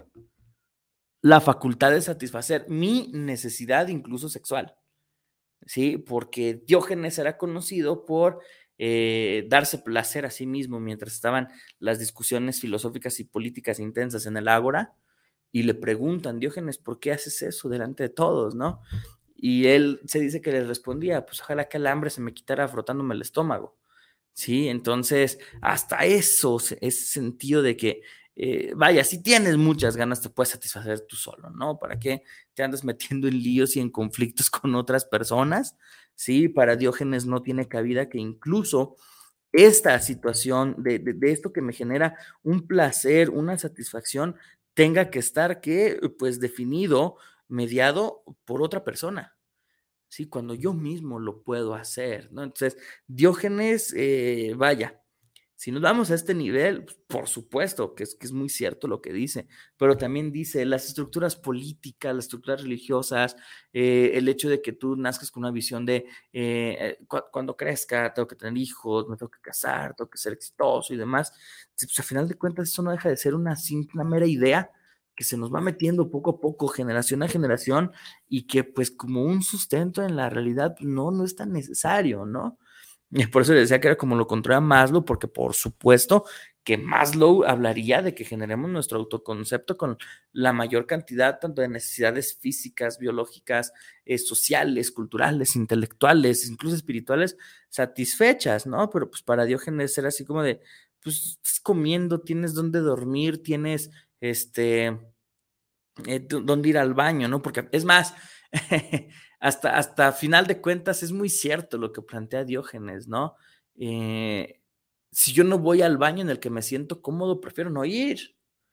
la facultad de satisfacer mi necesidad incluso sexual, ¿sí? Porque Diógenes era conocido por eh, darse placer a sí mismo mientras estaban las discusiones filosóficas y políticas intensas en el ágora, y le preguntan, Diógenes, ¿por qué haces eso delante de todos, no? Y él se dice que le respondía, pues ojalá que el hambre se me quitara frotándome el estómago, ¿sí? Entonces, hasta eso, ese sentido de que, eh, vaya, si tienes muchas ganas, te puedes satisfacer tú solo, ¿no? ¿Para qué te andas metiendo en líos y en conflictos con otras personas? Sí, para Diógenes no tiene cabida que incluso esta situación de, de, de esto que me genera un placer, una satisfacción, tenga que estar que, pues, definido, mediado por otra persona. Sí, cuando yo mismo lo puedo hacer, ¿no? Entonces, Diógenes, eh, vaya, si nos vamos a este nivel, pues, por supuesto que es, que es muy cierto lo que dice, pero también dice las estructuras políticas, las estructuras religiosas, eh, el hecho de que tú nazcas con una visión de eh, cu cuando crezca tengo que tener hijos, me tengo que casar, tengo que ser exitoso y demás, pues, a final de cuentas eso no deja de ser una simple, una mera idea que se nos va metiendo poco a poco, generación a generación, y que pues como un sustento en la realidad, no, no es tan necesario, ¿no? Y por eso le decía que era como lo contrario a Maslow, porque por supuesto que Maslow hablaría de que generemos nuestro autoconcepto con la mayor cantidad tanto de necesidades físicas, biológicas, eh, sociales, culturales, intelectuales, incluso espirituales, satisfechas, ¿no? Pero pues para Diógenes era así como de, pues estás comiendo, tienes dónde dormir, tienes este, eh, dónde ir al baño, ¿no? Porque es más, hasta, hasta final de cuentas es muy cierto lo que plantea Diógenes, ¿no? Eh, si yo no voy al baño en el que me siento cómodo, prefiero no ir.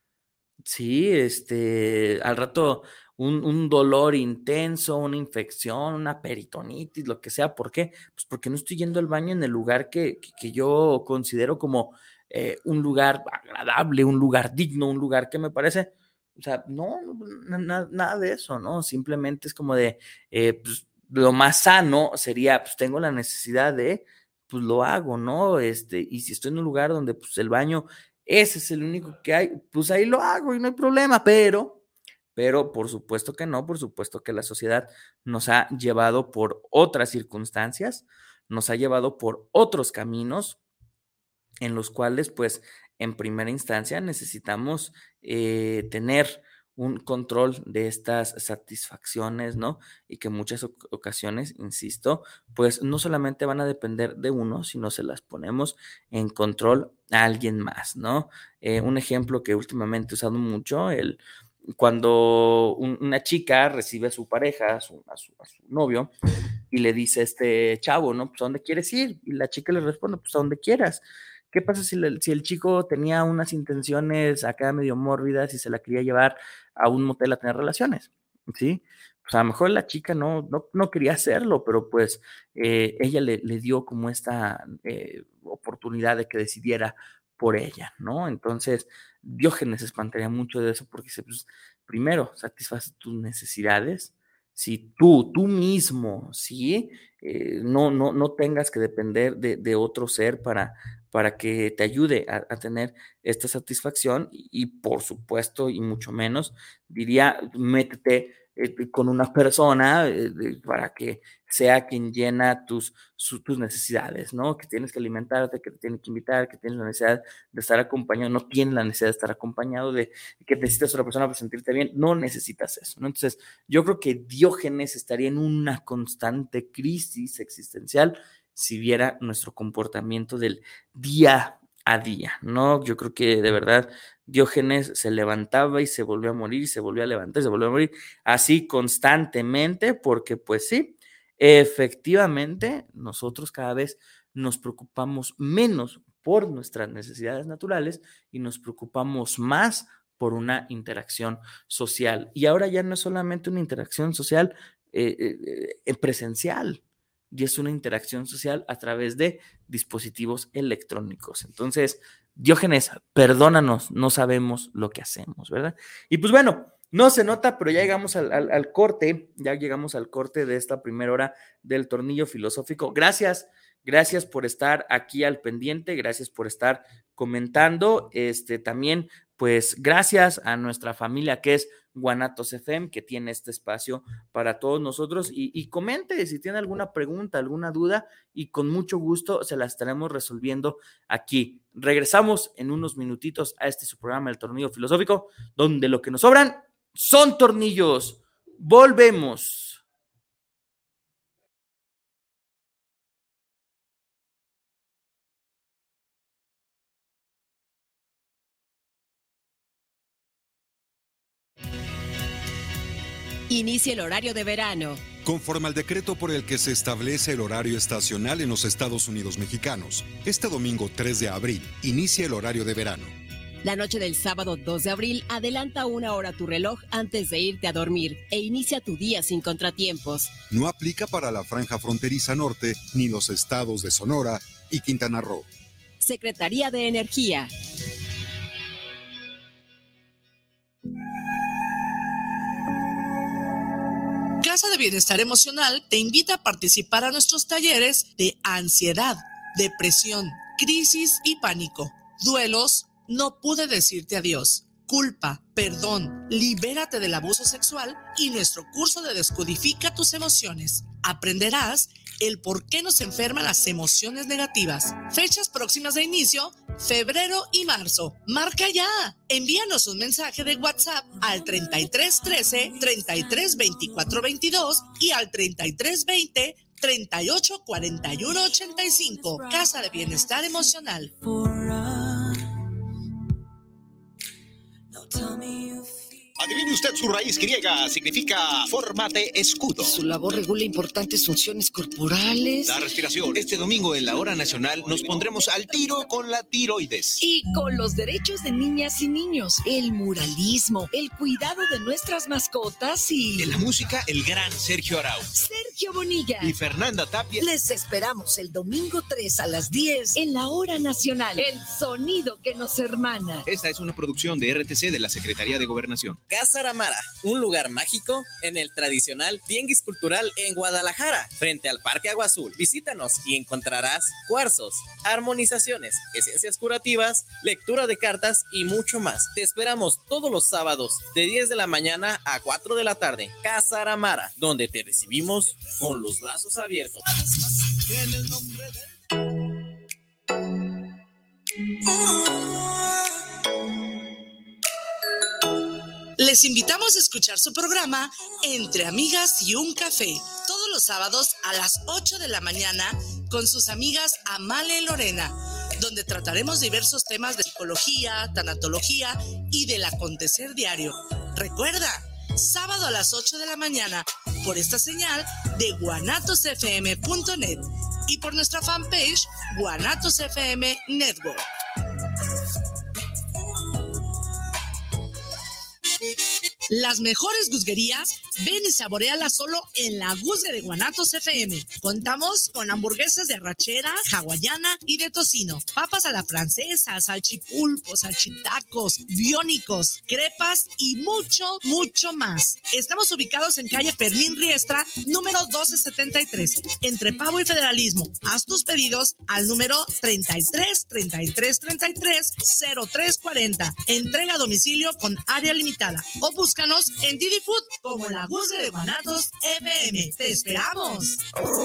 Sí, este, al rato un, un dolor intenso, una infección, una peritonitis, lo que sea. ¿Por qué? Pues porque no estoy yendo al baño en el lugar que, que, que yo considero como eh, un lugar agradable, un lugar digno, un lugar que me parece, o sea, no, no na, nada de eso, ¿no? Simplemente es como de, eh, pues, lo más sano sería, pues tengo la necesidad de, pues lo hago, ¿no? Este, y si estoy en un lugar donde, pues el baño ese es el único que hay, pues ahí lo hago y no hay problema, pero, pero por supuesto que no, por supuesto que la sociedad nos ha llevado por otras circunstancias, nos ha llevado por otros caminos en los cuales, pues, en primera instancia necesitamos eh, tener un control de estas satisfacciones, ¿no? Y que en muchas ocasiones, insisto, pues no solamente van a depender de uno, sino se las ponemos en control a alguien más, ¿no? Eh, un ejemplo que últimamente he usado mucho, el, cuando un, una chica recibe a su pareja, a su, a su, a su novio, y le dice a este chavo, ¿no? Pues ¿a dónde quieres ir? Y la chica le responde, pues a donde quieras. ¿Qué pasa si, le, si el chico tenía unas intenciones acá medio mórbidas y se la quería llevar a un motel a tener relaciones? ¿Sí? Pues a lo mejor la chica no, no, no quería hacerlo, pero pues eh, ella le, le, dio como esta eh, oportunidad de que decidiera por ella, ¿no? Entonces, Diógenes se espantaría mucho de eso porque dice, pues, primero, satisface tus necesidades. Si tú, tú mismo, ¿sí? Eh, no, no, no tengas que depender de, de otro ser para, para que te ayude a, a tener esta satisfacción y, y, por supuesto, y mucho menos, diría, métete eh, con una persona eh, para que sea quien llena tus, su, tus necesidades, ¿no? Que tienes que alimentarte, que te tienes que invitar, que tienes la necesidad de estar acompañado, no tienes la necesidad de estar acompañado, de que necesitas a otra persona para sentirte bien, no necesitas eso, ¿no? Entonces, yo creo que Diógenes estaría en una constante crisis existencial si viera nuestro comportamiento del día a día, ¿no? Yo creo que de verdad Diógenes se levantaba y se volvió a morir, y se volvió a levantar y se volvió a morir, así constantemente, porque pues sí, efectivamente, nosotros cada vez nos preocupamos menos por nuestras necesidades naturales y nos preocupamos más por una interacción social. Y ahora ya no es solamente una interacción social eh, eh, eh, presencial, y es una interacción social a través de dispositivos electrónicos. Entonces, Diógenes, perdónanos, no sabemos lo que hacemos, ¿verdad? Y pues bueno, no se nota, pero ya llegamos al, al, al corte, ya llegamos al corte de esta primera hora del Tornillo Filosófico. Gracias, gracias por estar aquí al pendiente, gracias por estar comentando. Este, también, pues, gracias a nuestra familia que es Guanatos F M, que tiene este espacio para todos nosotros, y, y comente si tiene alguna pregunta, alguna duda, y con mucho gusto se la estaremos resolviendo aquí. Regresamos en unos minutitos a este su programa, El Tornillo Filosófico, donde lo que nos sobran son tornillos. Volvemos. Inicia el horario de verano. Conforme al decreto por el que se establece el horario estacional en los Estados Unidos mexicanos, este domingo tres de abril inicia el horario de verano. La noche del sábado dos de abril adelanta una hora tu reloj antes de irte a dormir e inicia tu día sin contratiempos. No aplica para la franja fronteriza norte ni los estados de Sonora y Quintana Roo. Secretaría de Energía. Casa de Bienestar Emocional te invita a participar a nuestros talleres de ansiedad, depresión, crisis y pánico, duelos, no pude decirte adiós, culpa, perdón, libérate del abuso sexual y nuestro curso de Descodifica tus emociones. Aprenderás el por qué nos enferman las emociones negativas. Fechas próximas de inicio, febrero y marzo. Marca ya. Envíanos un mensaje de WhatsApp al treinta y tres trece, treinta y tres veinticuatro veintidós y al treinta y tres veinte, treinta y ocho cuarenta y uno ochenta y cinco. Casa de Bienestar Emocional. Adivine usted su raíz griega, significa forma de escudo. Su labor regula importantes funciones corporales. La respiración. Este domingo en la hora nacional nos pondremos al tiro con la tiroides. Y con los derechos de niñas y niños, el muralismo, el cuidado de nuestras mascotas y... De la música, el gran Sergio Arau. Sergio Bonilla. Y Fernanda Tapia. Les esperamos el domingo tres a las diez en la hora nacional. El sonido que nos hermana. Esta es una producción de R T C de la Secretaría de Gobernación. Casa Aramara, un lugar mágico en el tradicional Tianguis Cultural en Guadalajara, frente al Parque Agua Azul. Visítanos y encontrarás cuarzos, armonizaciones, esencias curativas, lectura de cartas y mucho más. Te esperamos todos los sábados de diez de la mañana a cuatro de la tarde. Casa Aramara, donde te recibimos con los brazos abiertos. En el nombre Les invitamos a escuchar su programa Entre Amigas y un Café, todos los sábados a las ocho de la mañana con sus amigas Amale y Lorena, donde trataremos diversos temas de psicología, tanatología y del acontecer diario. Recuerda, sábado a las ocho de la mañana por esta señal de guanatos f m punto net y por nuestra fanpage Guanatos F M Network. Las mejores guzguerías, ven y saborealas solo en la Guzga de Guanatos F M. Contamos con hamburguesas de arrachera, hawaiana y de tocino, papas a la francesa, salchipulpos, salchitacos, biónicos, crepas y mucho, mucho más. Estamos ubicados en calle Fermín Riestra, número doce setenta y tres, entre Pavo y Federalismo. Haz tus pedidos al número treinta y tres, treinta y tres, treinta y tres, cero tres cuarenta. Entrega a domicilio con área limitada. O búscanos en Didi Food como la Guzga de Guanatos F M. ¡Te esperamos!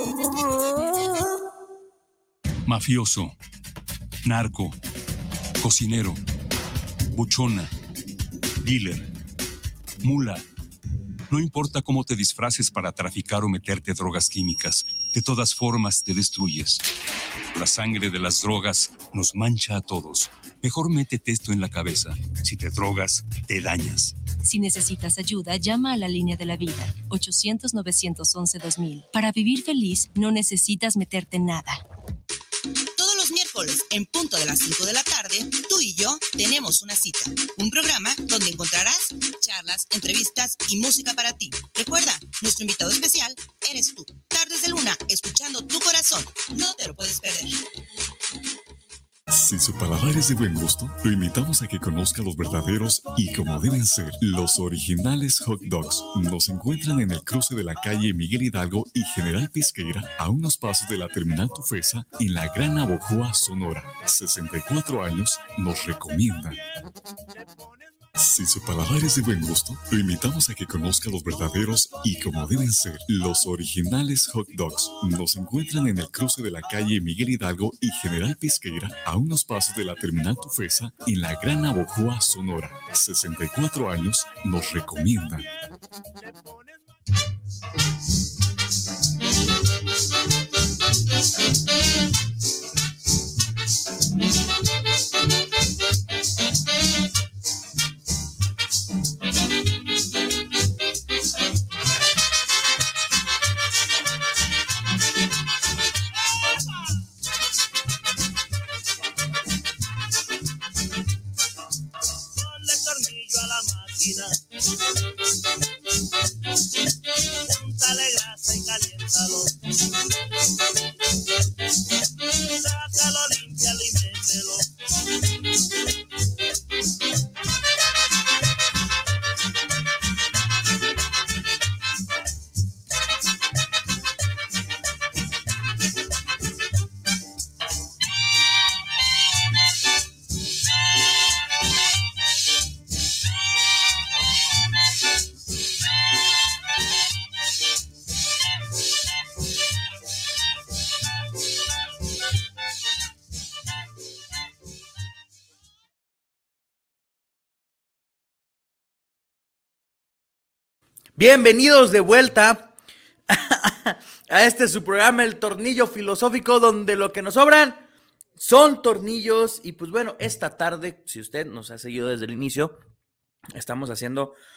Mafioso, narco, cocinero, buchona, dealer, mula. No importa cómo te disfraces para traficar o meterte drogas químicas, de todas formas te destruyes. La sangre de las drogas nos mancha a todos. Mejor métete esto en la cabeza. Si te drogas, te dañas. Si necesitas ayuda, llama a la línea de la vida, ochocientos, novecientos once, dos mil. Para vivir feliz, no necesitas meterte en nada. Todos los miércoles, en punto de las cinco de la tarde, tú y yo tenemos una cita. Un programa donde encontrarás charlas, entrevistas y música para ti. Recuerda, nuestro invitado especial eres tú. Tardes de Luna, escuchando tu corazón. No te lo puedes perder. Si su paladar es de buen gusto, lo invitamos a que conozca los verdaderos y como deben ser, los originales hot dogs. Nos encuentran en el cruce de la calle Miguel Hidalgo y General Pesqueira, a unos pasos de la terminal Tufesa, en la Gran Abojoa, Sonora. sesenta y cuatro años nos recomiendan. Si su paladar es de buen gusto, lo invitamos a que conozca los verdaderos y como deben ser, los originales hot dogs. Nos encuentran en el cruce de la calle Miguel Hidalgo y General Pesqueira, a unos pasos de la terminal Tufesa, en la Gran Abojoa, Sonora. sesenta y cuatro años nos recomiendan. Dale grasa y caliéntalo. Sácalo, límpialo y mételo. Bienvenidos de vuelta a este su programa El Tornillo Filosófico, donde lo que nos sobran son tornillos. Y pues bueno, esta tarde, si usted nos ha seguido desde el inicio, estamos haciendo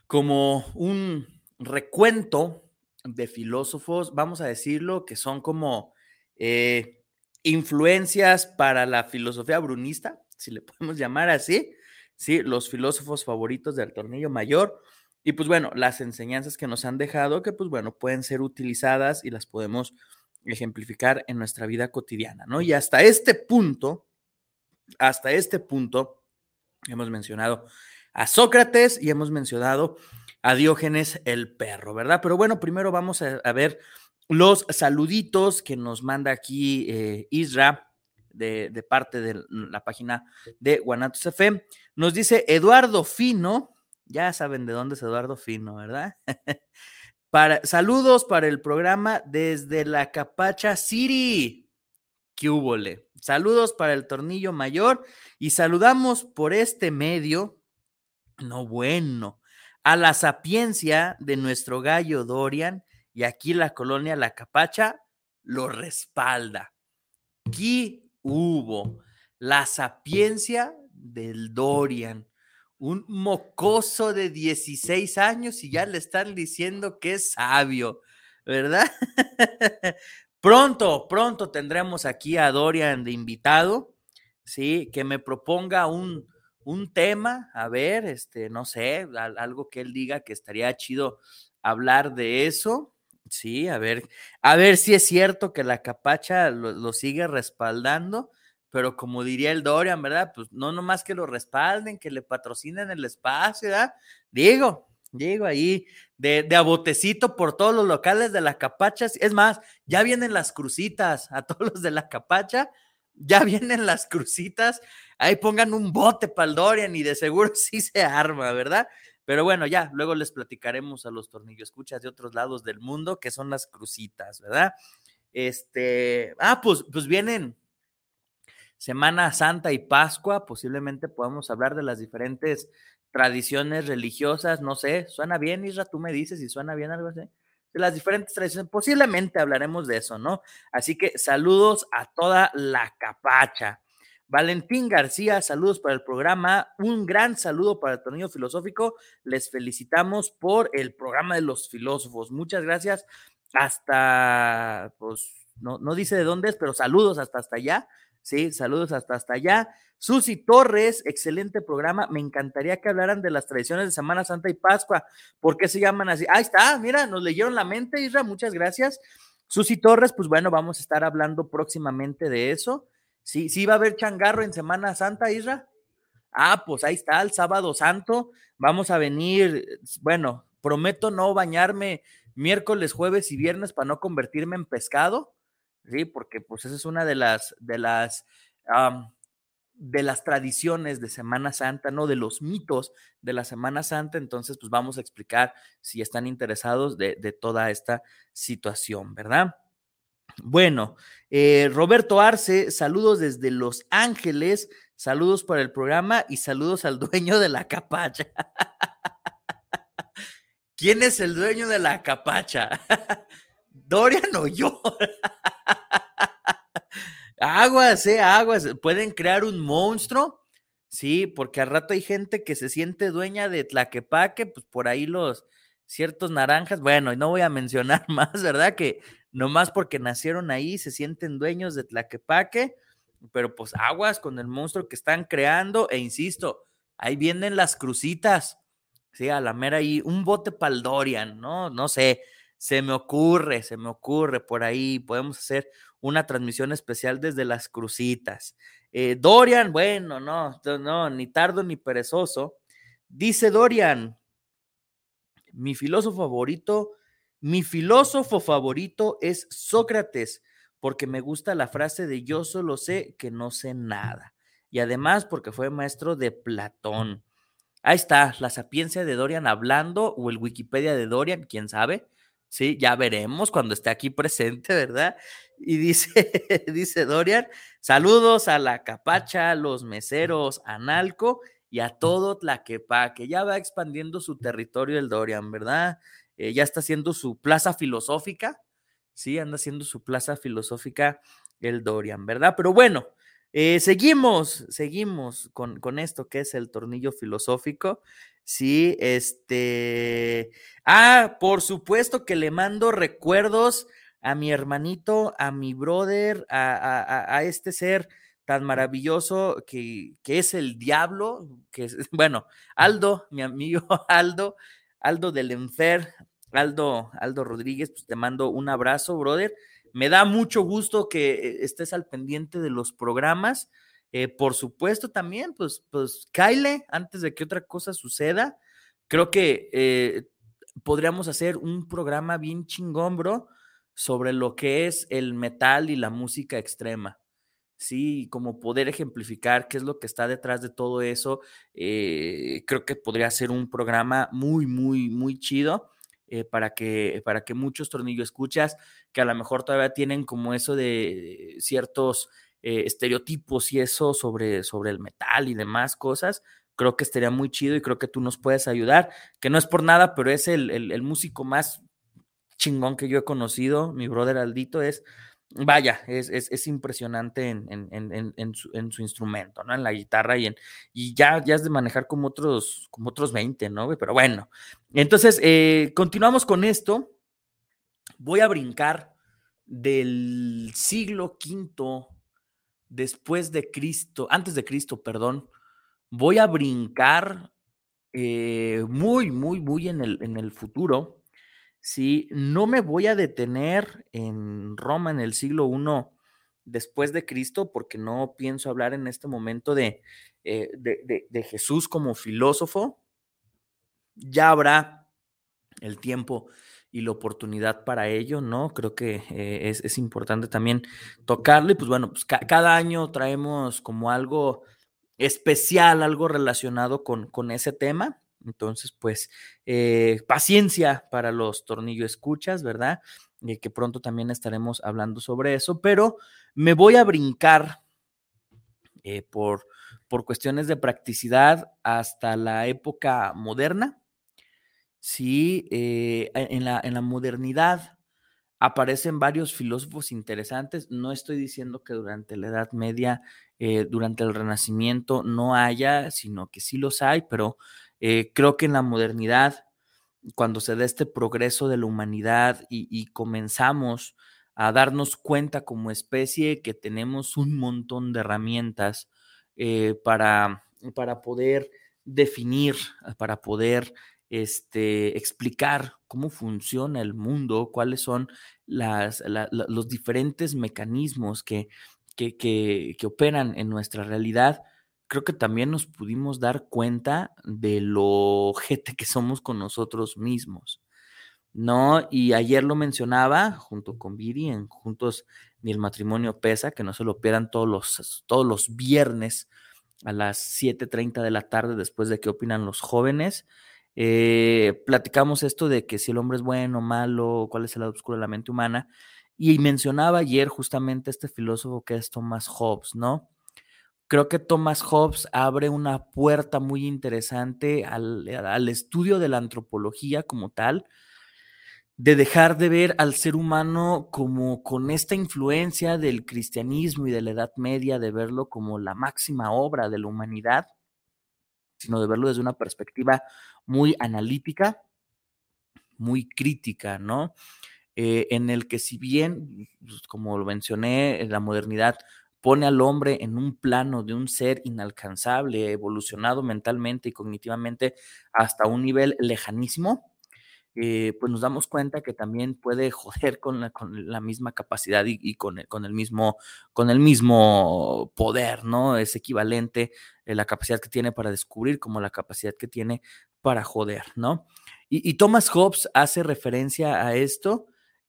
como un recuento de filósofos, vamos a decirlo, que son como eh, influencias para la filosofía brunista, si le podemos llamar así, ¿sí? Los filósofos favoritos del Tornillo Mayor. Y pues bueno, las enseñanzas que nos han dejado, que pues bueno, pueden ser utilizadas y las podemos ejemplificar en nuestra vida cotidiana, ¿no? Y hasta este punto, hasta este punto, hemos mencionado a Sócrates y hemos mencionado a Diógenes el perro, ¿verdad? Pero bueno, primero vamos a, a ver los saluditos que nos manda aquí eh, Isra de, de parte de la página de Guanatos F M. Nos dice Eduardo Fino, ya saben de dónde es Eduardo Fino, ¿verdad? Para, saludos para el programa desde la Capacha City. ¿Qué húbole? Saludos para el Tornillo Mayor y saludamos por este medio, no bueno, a la sapiencia de nuestro gallo Dorian y aquí la colonia La Capacha lo respalda. ¿Qué hubo? La sapiencia del Dorian. Un mocoso de dieciséis años y ya le están diciendo que es sabio, ¿verdad? Pronto, pronto tendremos aquí a Dorian de invitado, ¿sí? Que me proponga un, un tema, a ver, este, no sé, algo que él diga que estaría chido hablar de eso, sí, a ver, a ver si es cierto que la Capacha lo, lo sigue respaldando. Pero como diría el Dorian, ¿verdad? Pues no nomás que lo respalden, que le patrocinen el espacio, ¿verdad? Digo, digo ahí, de, de a botecito por todos los locales de la Capacha. Es más, ya vienen las crucitas a todos los de la Capacha, ya vienen las crucitas, ahí pongan un bote para el Dorian y de seguro sí se arma, ¿verdad? Pero bueno, ya, luego les platicaremos a los tornillo escuchas de otros lados del mundo que son las crucitas, ¿verdad? Este, ah, pues, pues vienen Semana Santa y Pascua, posiblemente podamos hablar de las diferentes tradiciones religiosas, no sé, ¿suena bien, Isra? Tú me dices si suena bien algo así. De las diferentes tradiciones, posiblemente hablaremos de eso, ¿no? Así que saludos a toda la Capacha. Valentín García, saludos para el programa, un gran saludo para el Tornillo Filosófico, les felicitamos por el programa de los filósofos, muchas gracias, hasta, pues, no, no dice de dónde es, pero saludos hasta hasta allá. Sí, saludos hasta hasta allá. Susi Torres, excelente programa. Me encantaría que hablaran de las tradiciones de Semana Santa y Pascua. ¿Por qué se llaman así? Ahí está, mira, nos leyeron la mente, Isra, muchas gracias. Susi Torres, pues bueno, vamos a estar hablando próximamente de eso. Sí, sí va a haber changarro en Semana Santa, Isra. Ah, pues ahí está, el Sábado Santo. Vamos a venir, bueno, prometo no bañarme miércoles, jueves y viernes para no convertirme en pescado. Sí, porque pues esa es una de las, de las, um, de las tradiciones de Semana Santa, ¿no? De los mitos de la Semana Santa. Entonces, pues vamos a explicar si están interesados de, de toda esta situación, ¿verdad? Bueno, eh, Roberto Arce, saludos desde Los Ángeles, saludos para el programa y saludos al dueño de la Capacha. ¿Quién es el dueño de la Capacha? ¿Dorian o yo? Aguas, eh, aguas. Pueden crear un monstruo, sí, porque al rato hay gente que se siente dueña de Tlaquepaque, pues por ahí los ciertos naranjas, bueno, y no voy a mencionar más, ¿verdad? Que nomás porque nacieron ahí se sienten dueños de Tlaquepaque, pero pues aguas con el monstruo que están creando, e insisto, ahí vienen las crucitas, sí, a la mera ahí, un bote pa'l Dorian, ¿no? No sé. Se me ocurre, se me ocurre por ahí, podemos hacer una transmisión especial desde las crucitas. Eh, Dorian, bueno, no, no, ni tardo ni perezoso. Dice Dorian, mi filósofo favorito, mi filósofo favorito es Sócrates, porque me gusta la frase de yo solo sé que no sé nada. Y además porque fue maestro de Platón. Ahí está, la sapiencia de Dorian hablando, o el Wikipedia de Dorian, quién sabe. Sí, ya veremos cuando esté aquí presente, ¿verdad? Y dice, dice Dorian, saludos a la Capacha, a los meseros, a Nalco y a todo Tlaquepaque. Ya va expandiendo su territorio el Dorian, ¿verdad? Eh, ya está haciendo su plaza filosófica, sí, anda haciendo su plaza filosófica el Dorian, ¿verdad? Pero bueno, Eh, seguimos, seguimos con, con esto que es el tornillo filosófico. Sí, este. Ah, por supuesto que le mando recuerdos a mi hermanito, a mi brother, a, a, a este ser tan maravilloso que, que es el diablo, que es, bueno, Aldo, mi amigo Aldo, Aldo del Enfer, Aldo, Aldo Rodríguez, pues te mando un abrazo, brother. Me da mucho gusto que estés al pendiente de los programas. Eh, por supuesto también, pues, pues, Kyle, antes de que otra cosa suceda, creo que eh, podríamos hacer un programa bien chingón, bro, sobre lo que es el metal y la música extrema. Sí, como poder ejemplificar qué es lo que está detrás de todo eso. Eh, creo que podría ser un programa muy, muy, muy chido. Eh, para, que, para que muchos tornillos escuchas que a lo mejor todavía tienen como eso de ciertos eh, estereotipos y eso sobre, sobre el metal y demás cosas, creo que estaría muy chido y creo que tú nos puedes ayudar, que no es por nada, pero es el, el, el músico más chingón que yo he conocido, mi brother Aldito, es, vaya, es, es, es impresionante en, en, en, en, su, en su instrumento, ¿no? En la guitarra y, en, y ya, ya es de manejar como otros, como otros veinte, ¿no? Pero bueno, entonces, eh, continuamos con esto. Voy a brincar del siglo quinto después de Cristo, antes de Cristo, perdón. Voy a brincar eh, muy, muy, muy en el, en el futuro. Sí, no me voy a detener en Roma en el siglo primero después de Cristo, porque no pienso hablar en este momento de, eh, de, de, de Jesús como filósofo. Ya habrá el tiempo y la oportunidad para ello, ¿no? Creo que eh, es, es importante también tocarlo y pues bueno, pues ca cada año traemos como algo especial, algo relacionado con, con ese tema. Entonces, pues, eh, paciencia para los tornillo escuchas, ¿verdad? Eh, que pronto también estaremos hablando sobre eso, pero me voy a brincar eh, por, por cuestiones de practicidad hasta la época moderna. Sí, eh, en la, en la modernidad aparecen varios filósofos interesantes. No estoy diciendo que durante la Edad Media, eh, durante el Renacimiento no haya, sino que sí los hay, pero eh, creo que en la modernidad, cuando se da este progreso de la humanidad y, y comenzamos a darnos cuenta como especie que tenemos un montón de herramientas eh, para, para poder definir, para poder este, explicar cómo funciona el mundo, cuáles son las, la, la, los diferentes mecanismos que, que, que, que operan en nuestra realidad, creo que también nos pudimos dar cuenta de lo ojete que somos con nosotros mismos, ¿no? Y ayer lo mencionaba junto con Viri en Juntos Ni el Matrimonio Pesa, que no se lo pierdan todos los, todos los viernes a las siete treinta de la tarde después de qué opinan los jóvenes. Eh, platicamos esto de que si el hombre es bueno o malo, cuál es el lado oscuro de la mente humana, y mencionaba ayer justamente este filósofo que es Thomas Hobbes, ¿no? Creo que Thomas Hobbes abre una puerta muy interesante al, al estudio de la antropología como tal, de dejar de ver al ser humano como con esta influencia del cristianismo y de la Edad Media, de verlo como la máxima obra de la humanidad, sino de verlo desde una perspectiva muy analítica, muy crítica, ¿no? Eh, en el que si bien, pues, como lo mencioné, la modernidad pone al hombre en un plano de un ser inalcanzable, evolucionado mentalmente y cognitivamente hasta un nivel lejanísimo, eh, pues nos damos cuenta que también puede joder con la, con la misma capacidad y, y con, el, con, el mismo, con el mismo poder, ¿no? Es equivalente eh, la capacidad que tiene para descubrir como la capacidad que tiene para joder, ¿no? Y, y Thomas Hobbes hace referencia a esto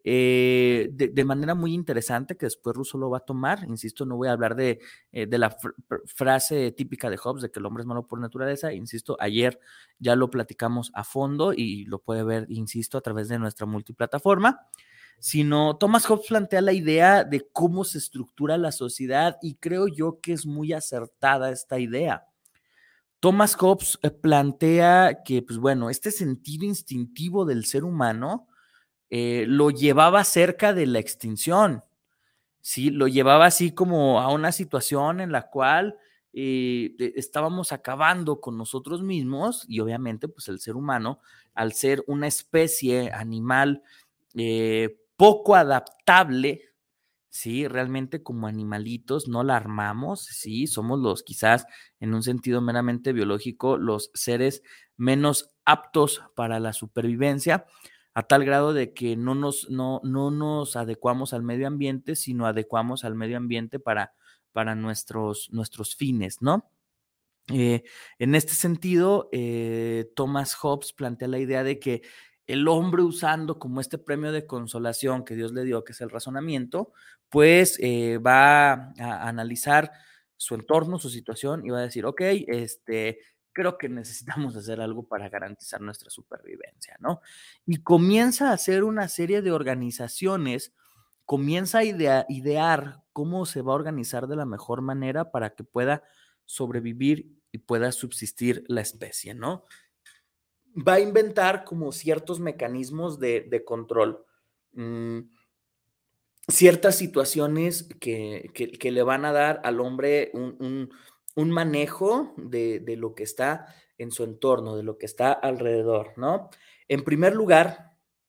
eh, de, de manera muy interesante, que después Rousseau lo va a tomar. Insisto, no voy a hablar de, eh, de la fr frase típica de Hobbes de que el hombre es malo por naturaleza. Insisto, ayer ya lo platicamos a fondo y lo puede ver, insisto, a través de nuestra multiplataforma. Sino Thomas Hobbes plantea la idea de cómo se estructura la sociedad y creo yo que es muy acertada esta idea. Thomas Hobbes plantea que, pues bueno, este sentido instintivo del ser humano eh, lo llevaba cerca de la extinción. ¿sí? Lo llevaba así como a una situación en la cual eh, estábamos acabando con nosotros mismos y obviamente pues el ser humano, al ser una especie animal eh, poco adaptable, sí, realmente como animalitos no la armamos, sí, somos los quizás en un sentido meramente biológico los seres menos aptos para la supervivencia, a tal grado de que no nos, no, no nos adecuamos al medio ambiente, sino adecuamos al medio ambiente para, para nuestros, nuestros fines, ¿no? Eh, en este sentido, eh, Thomas Hobbes plantea la idea de que el hombre usando como este premio de consolación que Dios le dio, que es el razonamiento, pues eh, va a, a analizar su entorno, su situación y va a decir, ok, este, creo que necesitamos hacer algo para garantizar nuestra supervivencia, ¿no? Y comienza a hacer una serie de organizaciones, comienza a idea, idear cómo se va a organizar de la mejor manera para que pueda sobrevivir y pueda subsistir la especie, ¿no? Va a inventar como ciertos mecanismos de, de control, mmm, ciertas situaciones que, que, que, le van a dar al hombre un, un, un manejo de, de lo que está en su entorno, de lo que está alrededor, ¿no? En primer lugar,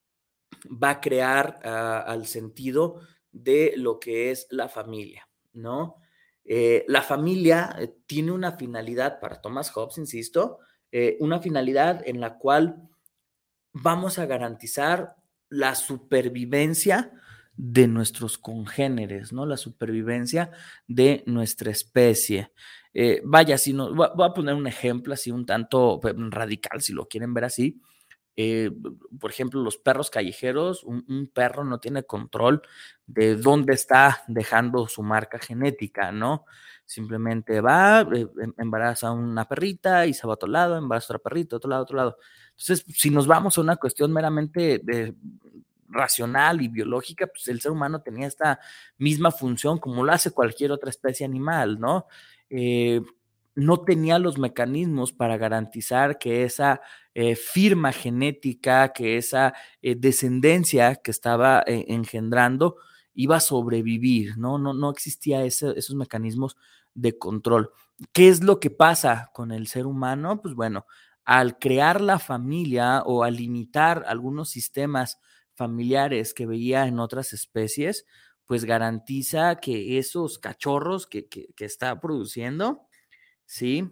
va a crear uh, al sentido de lo que es la familia, ¿no? Eh, la familia eh, tiene una finalidad, para Thomas Hobbes, insisto, eh, una finalidad en la cual vamos a garantizar la supervivencia de nuestros congéneres, ¿no? La supervivencia de nuestra especie. Eh, vaya, si no, voy a poner un ejemplo así un tanto radical, si lo quieren ver así. Eh, por ejemplo, los perros callejeros, un, un perro no tiene control de dónde está dejando su marca genética, ¿no? Simplemente va, eh, embaraza a una perrita y se va a otro lado, embaraza a otra perrita, a otro lado, a otro lado. Entonces, si nos vamos a una cuestión meramente de, racional y biológica, pues el ser humano tenía esta misma función como lo hace cualquier otra especie animal, ¿no? Eh, no tenía los mecanismos para garantizar que esa eh, firma genética, que esa eh, descendencia que estaba eh, engendrando iba a sobrevivir, ¿no? No, no existía ese, esos mecanismos de control. ¿Qué es lo que pasa con el ser humano? Pues bueno, al crear la familia o al limitar algunos sistemas familiares que veía en otras especies, pues garantiza que esos cachorros que, que, que está produciendo, ¿sí?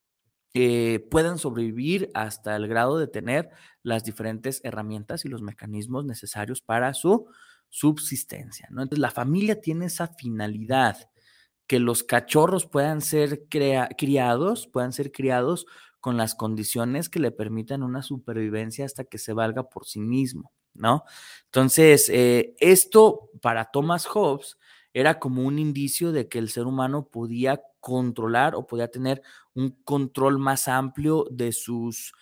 Eh, puedan sobrevivir hasta el grado de tener las diferentes herramientas y los mecanismos necesarios para su subsistencia, ¿no? Entonces, la familia tiene esa finalidad, que los cachorros puedan ser crea- criados, puedan ser criados con las condiciones que le permitan una supervivencia hasta que se valga por sí mismo, ¿no? Entonces, eh, esto para Thomas Hobbes era como un indicio de que el ser humano podía controlar o podía tener un control más amplio de sus,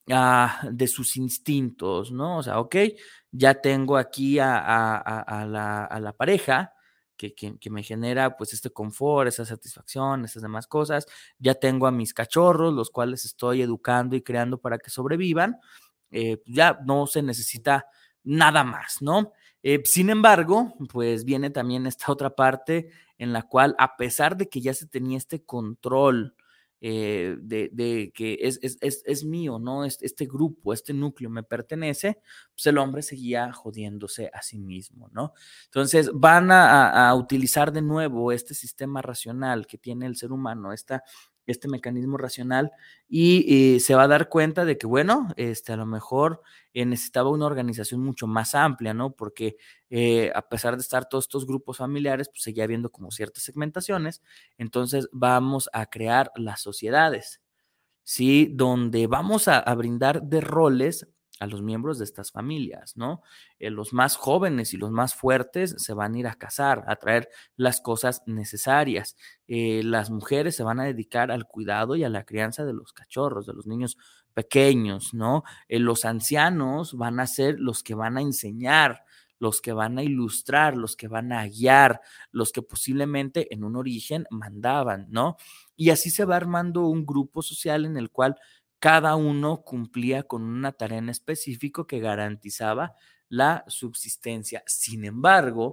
uh, de sus instintos, ¿no? O sea, ok, ya tengo aquí a, a, a, a, la, a la pareja que, que, que me genera pues este confort, esa satisfacción, esas demás cosas, ya tengo a mis cachorros, los cuales estoy educando y creando para que sobrevivan, eh, ya no se necesita nada más, ¿no? Eh, sin embargo, pues viene también esta otra parte en la cual, a pesar de que ya se tenía este control eh, de, de que es, es, es, es mío, ¿no? Este, este grupo, este núcleo me pertenece, pues el hombre seguía jodiéndose a sí mismo, ¿no? Entonces van a, a utilizar de nuevo este sistema racional que tiene el ser humano, esta este mecanismo racional y eh, se va a dar cuenta de que, bueno, este, a lo mejor eh, necesitaba una organización mucho más amplia, ¿no? Porque eh, a pesar de estar todos estos grupos familiares, pues seguía habiendo como ciertas segmentaciones, entonces vamos a crear las sociedades, ¿sí? Donde vamos a, a brindar de roles a los miembros de estas familias, ¿no? Eh, los más jóvenes y los más fuertes se van a ir a cazar, a traer las cosas necesarias. Eh, las mujeres se van a dedicar al cuidado y a la crianza de los cachorros, de los niños pequeños, ¿no? Eh, los ancianos van a ser los que van a enseñar, los que van a ilustrar, los que van a guiar, los que posiblemente en un origen mandaban, ¿no? Y así se va armando un grupo social en el cual cada uno cumplía con una tarea en específico que garantizaba la subsistencia. Sin embargo,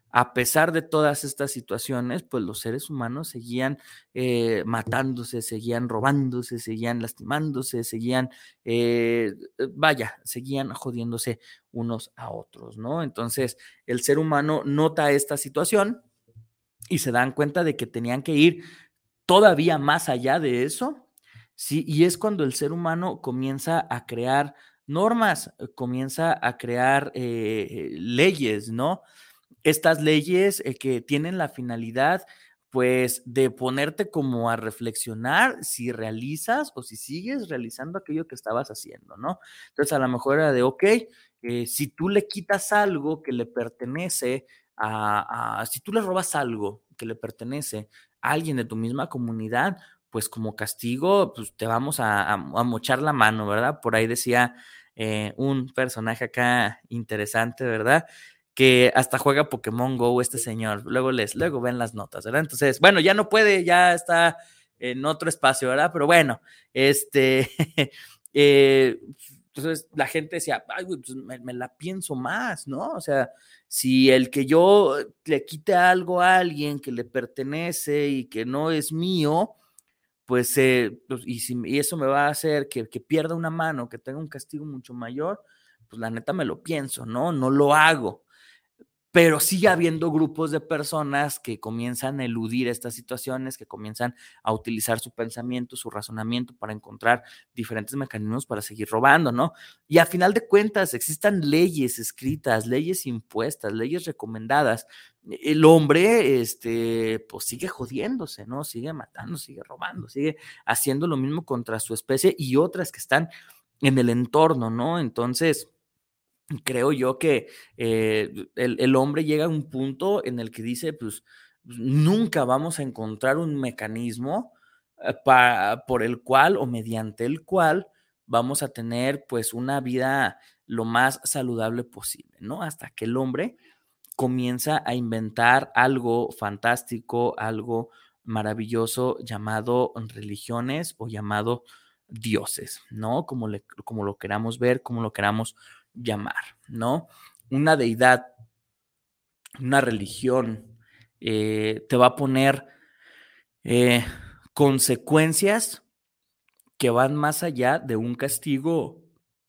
A pesar de todas estas situaciones, pues los seres humanos seguían eh, matándose, seguían robándose, seguían lastimándose, seguían, eh, vaya, seguían jodiéndose unos a otros, ¿no? Entonces, el ser humano nota esta situación y se dan cuenta de que tenían que ir todavía más allá de eso, ¿sí? Y es cuando el ser humano comienza a crear normas, comienza a crear eh, leyes, ¿no? Estas leyes eh, que tienen la finalidad, pues, de ponerte como a reflexionar si realizas o si sigues realizando aquello que estabas haciendo, ¿no? Entonces, a lo mejor era de, ok, eh, si tú le quitas algo que le pertenece a, a, si tú le robas algo que le pertenece a alguien de tu misma comunidad, pues como castigo, pues te vamos a, a, a mochar la mano, ¿verdad? Por ahí decía eh, un personaje acá interesante, ¿verdad? Que hasta juega Pokémon Go este señor, luego les, luego ven las notas, ¿verdad? Entonces, bueno, ya no puede, ya está en otro espacio, ¿verdad? Pero bueno, este, eh, entonces la gente decía, ay, güey, pues me, me la pienso más, ¿no? O sea, si el que yo le quite algo a alguien que le pertenece y que no es mío, pues, eh, pues y, si, y eso me va a hacer que, que pierda una mano, que tenga un castigo mucho mayor, pues la neta me lo pienso, ¿no? No lo hago. Pero sigue habiendo grupos de personas que comienzan a eludir estas situaciones, que comienzan a utilizar su pensamiento, su razonamiento para encontrar diferentes mecanismos para seguir robando, ¿no? Y a final de cuentas existan leyes escritas, leyes impuestas, leyes recomendadas. El hombre, este, pues sigue jodiéndose, ¿no? Sigue matando, sigue robando, sigue haciendo lo mismo contra su especie y otras que están en el entorno, ¿no? Entonces, creo yo que eh, el, el hombre llega a un punto en el que dice, pues, nunca vamos a encontrar un mecanismo eh, pa, por el cual o mediante el cual vamos a tener, pues, una vida lo más saludable posible, ¿no? Hasta que el hombre comienza a inventar algo fantástico, algo maravilloso llamado religiones o llamado dioses, ¿no? Como, le, como lo queramos ver, como lo queramos llamar, ¿no? Una deidad, una religión, eh, te va a poner eh, consecuencias que van más allá de un castigo,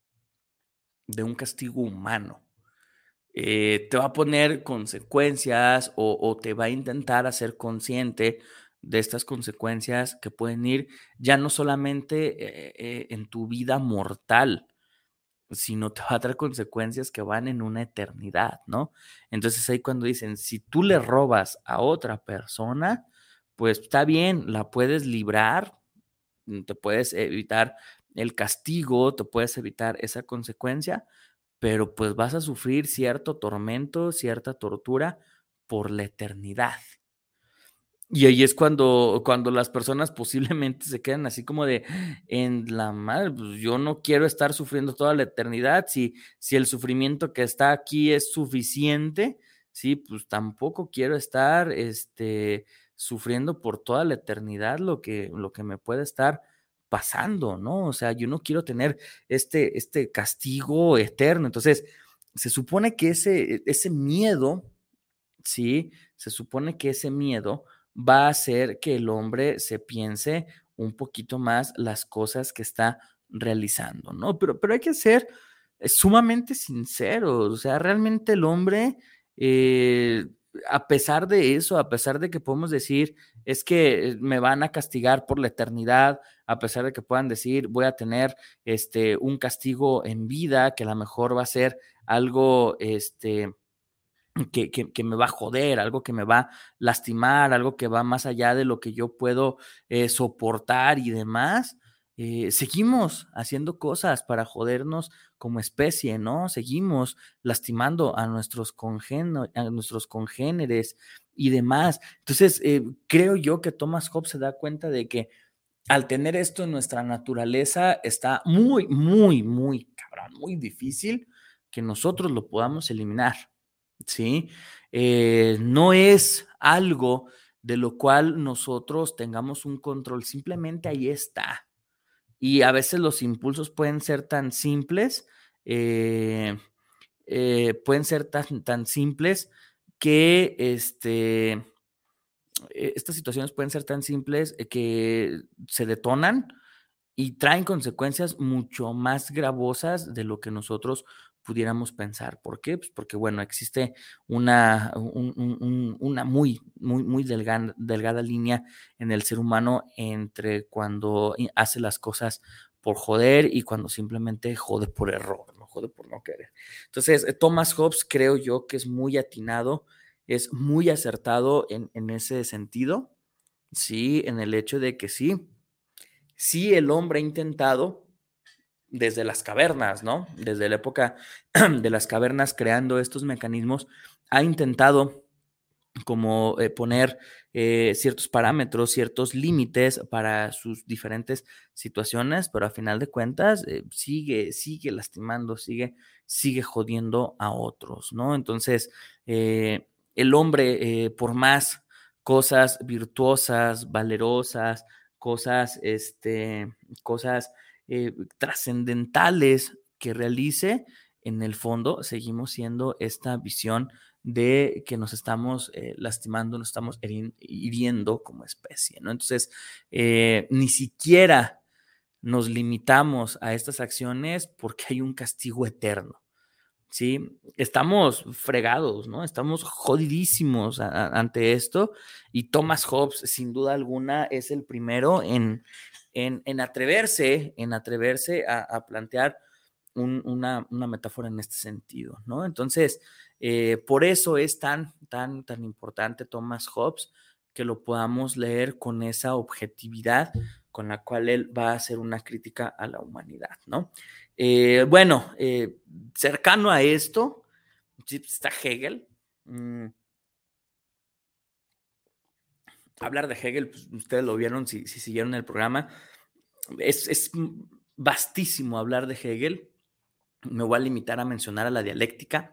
de un castigo humano. Eh, te va a poner consecuencias o, o te va a intentar hacer consciente de estas consecuencias que pueden ir ya no solamente eh, eh, en tu vida mortal, sino te va a traer consecuencias que van en una eternidad, ¿no? Entonces ahí cuando dicen, si tú le robas a otra persona, pues está bien, la puedes librar, te puedes evitar el castigo, te puedes evitar esa consecuencia, pero pues vas a sufrir cierto tormento, cierta tortura por la eternidad. Y ahí es cuando, cuando las personas posiblemente se quedan así como de, en la madre, pues yo no quiero estar sufriendo toda la eternidad, si, si el sufrimiento que está aquí es suficiente, sí, pues tampoco quiero estar este, sufriendo por toda la eternidad lo que, lo que me puede estar pasando, ¿no? O sea, yo no quiero tener este, este castigo eterno. Entonces, se supone que ese, ese miedo, sí, se supone que ese miedo va a hacer que el hombre se piense un poquito más las cosas que está realizando, ¿no? Pero, pero hay que ser sumamente sinceros, o sea, realmente el hombre, eh, a pesar de eso, a pesar de que podemos decir, es que me van a castigar por la eternidad, a pesar de que puedan decir, voy a tener este, un castigo en vida, que a lo mejor va a ser algo, este, Que, que, que me va a joder, algo que me va a lastimar, algo que va más allá de lo que yo puedo eh, soportar y demás, eh, seguimos haciendo cosas para jodernos como especie, ¿no? Seguimos lastimando a nuestros, congén- a nuestros congéneres y demás. Entonces, eh, creo yo que Thomas Hobbes se da cuenta de que al tener esto en nuestra naturaleza está muy, muy, muy, cabrón, muy difícil que nosotros lo podamos eliminar. ¿Sí? Eh, no es algo de lo cual nosotros tengamos un control, simplemente ahí está. Y a veces los impulsos pueden ser tan simples, eh, eh, pueden ser tan, tan simples que este, estas situaciones pueden ser tan simples que se detonan y traen consecuencias mucho más gravosas de lo que nosotros pudiéramos pensar. ¿Por qué? Pues porque, bueno, existe una, un, un, una muy, muy, muy delgada, delgada línea en el ser humano entre cuando hace las cosas por joder y cuando simplemente jode por error, no jode por no querer. Entonces, Thomas Hobbes creo yo que es muy atinado, es muy acertado en, en ese sentido, sí, en el hecho de que sí, sí el hombre ha intentado desde las cavernas, ¿no? Desde la época de las cavernas creando estos mecanismos, ha intentado como eh, poner eh, ciertos parámetros, ciertos límites para sus diferentes situaciones, pero a final de cuentas eh, sigue, sigue lastimando, sigue, sigue jodiendo a otros, ¿no? Entonces, eh, el hombre, eh, por más cosas virtuosas, valerosas, cosas, este, cosas eh, trascendentales que realice, en el fondo seguimos siendo esta visión de que nos estamos eh, lastimando, nos estamos hiriendo como especie, ¿no? Entonces, eh, ni siquiera nos limitamos a estas acciones porque hay un castigo eterno, ¿sí? Estamos fregados, ¿no? Estamos jodidísimos a, a, ante esto, y Thomas Hobbes, sin duda alguna, es el primero en, en, en atreverse, en atreverse a, a plantear un, una, una metáfora en este sentido, ¿no? Entonces, eh, por eso es tan, tan, tan importante Thomas Hobbes, que lo podamos leer con esa objetividad con la cual él va a hacer una crítica a la humanidad, ¿no? Eh, bueno, eh, cercano a esto está Hegel. Mm. Hablar de Hegel, pues, ustedes lo vieron si, si siguieron el programa, es, es vastísimo hablar de Hegel. Me voy a limitar a mencionar a la dialéctica.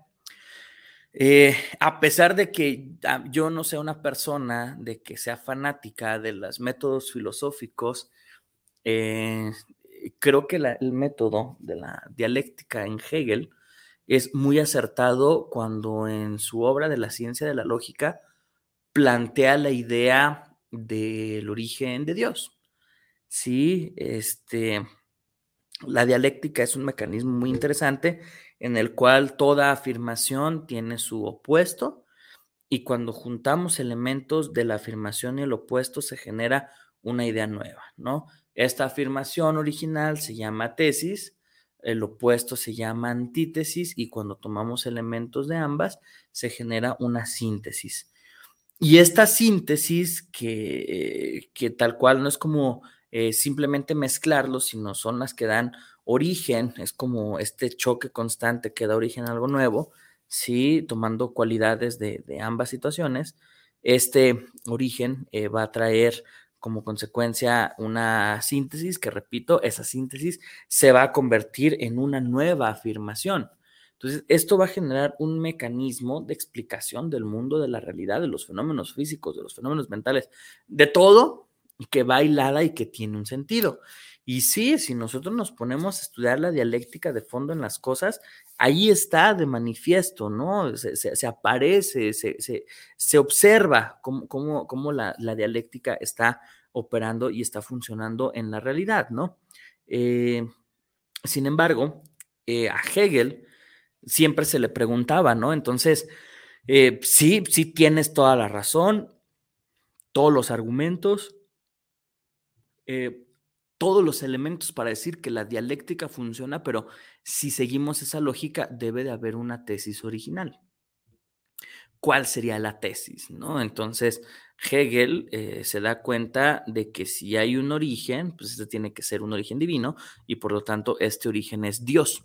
Eh, a pesar de que yo no sea una persona de que sea fanática de los métodos filosóficos, eh, creo que la, el método de la dialéctica en Hegel es muy acertado cuando en su obra de la ciencia de la lógica plantea la idea del origen de Dios. Sí, este, la dialéctica es un mecanismo muy interesante en el cual toda afirmación tiene su opuesto, y cuando juntamos elementos de la afirmación y el opuesto se genera una idea nueva, ¿no? Esta afirmación original se llama tesis, el opuesto se llama antítesis, y cuando tomamos elementos de ambas se genera una síntesis. Y esta síntesis que, que tal cual no es como eh, simplemente mezclarlos, sino son las que dan origen, es como este choque constante que da origen a algo nuevo, ¿sí? Tomando cualidades de, de ambas situaciones. Este origen eh, va a traer como consecuencia una síntesis que, repito, esa síntesis se va a convertir en una nueva afirmación. Entonces, esto va a generar un mecanismo de explicación del mundo, de la realidad, de los fenómenos físicos, de los fenómenos mentales, de todo, que va hilada y que tiene un sentido. Y sí, si nosotros nos ponemos a estudiar la dialéctica de fondo en las cosas, ahí está de manifiesto, ¿no? Se, se, se aparece, se, se, se observa cómo, cómo, cómo la, la dialéctica está operando y está funcionando en la realidad, ¿no? Eh, sin embargo, eh, a Hegel siempre se le preguntaba, ¿no? Entonces, eh, sí, sí tienes toda la razón, todos los argumentos, eh, todos los elementos para decir que la dialéctica funciona, pero si seguimos esa lógica, debe de haber una tesis original. ¿Cuál sería la tesis, no? Entonces, Hegel eh, se da cuenta de que si hay un origen, pues este tiene que ser un origen divino, y por lo tanto este origen es Dios.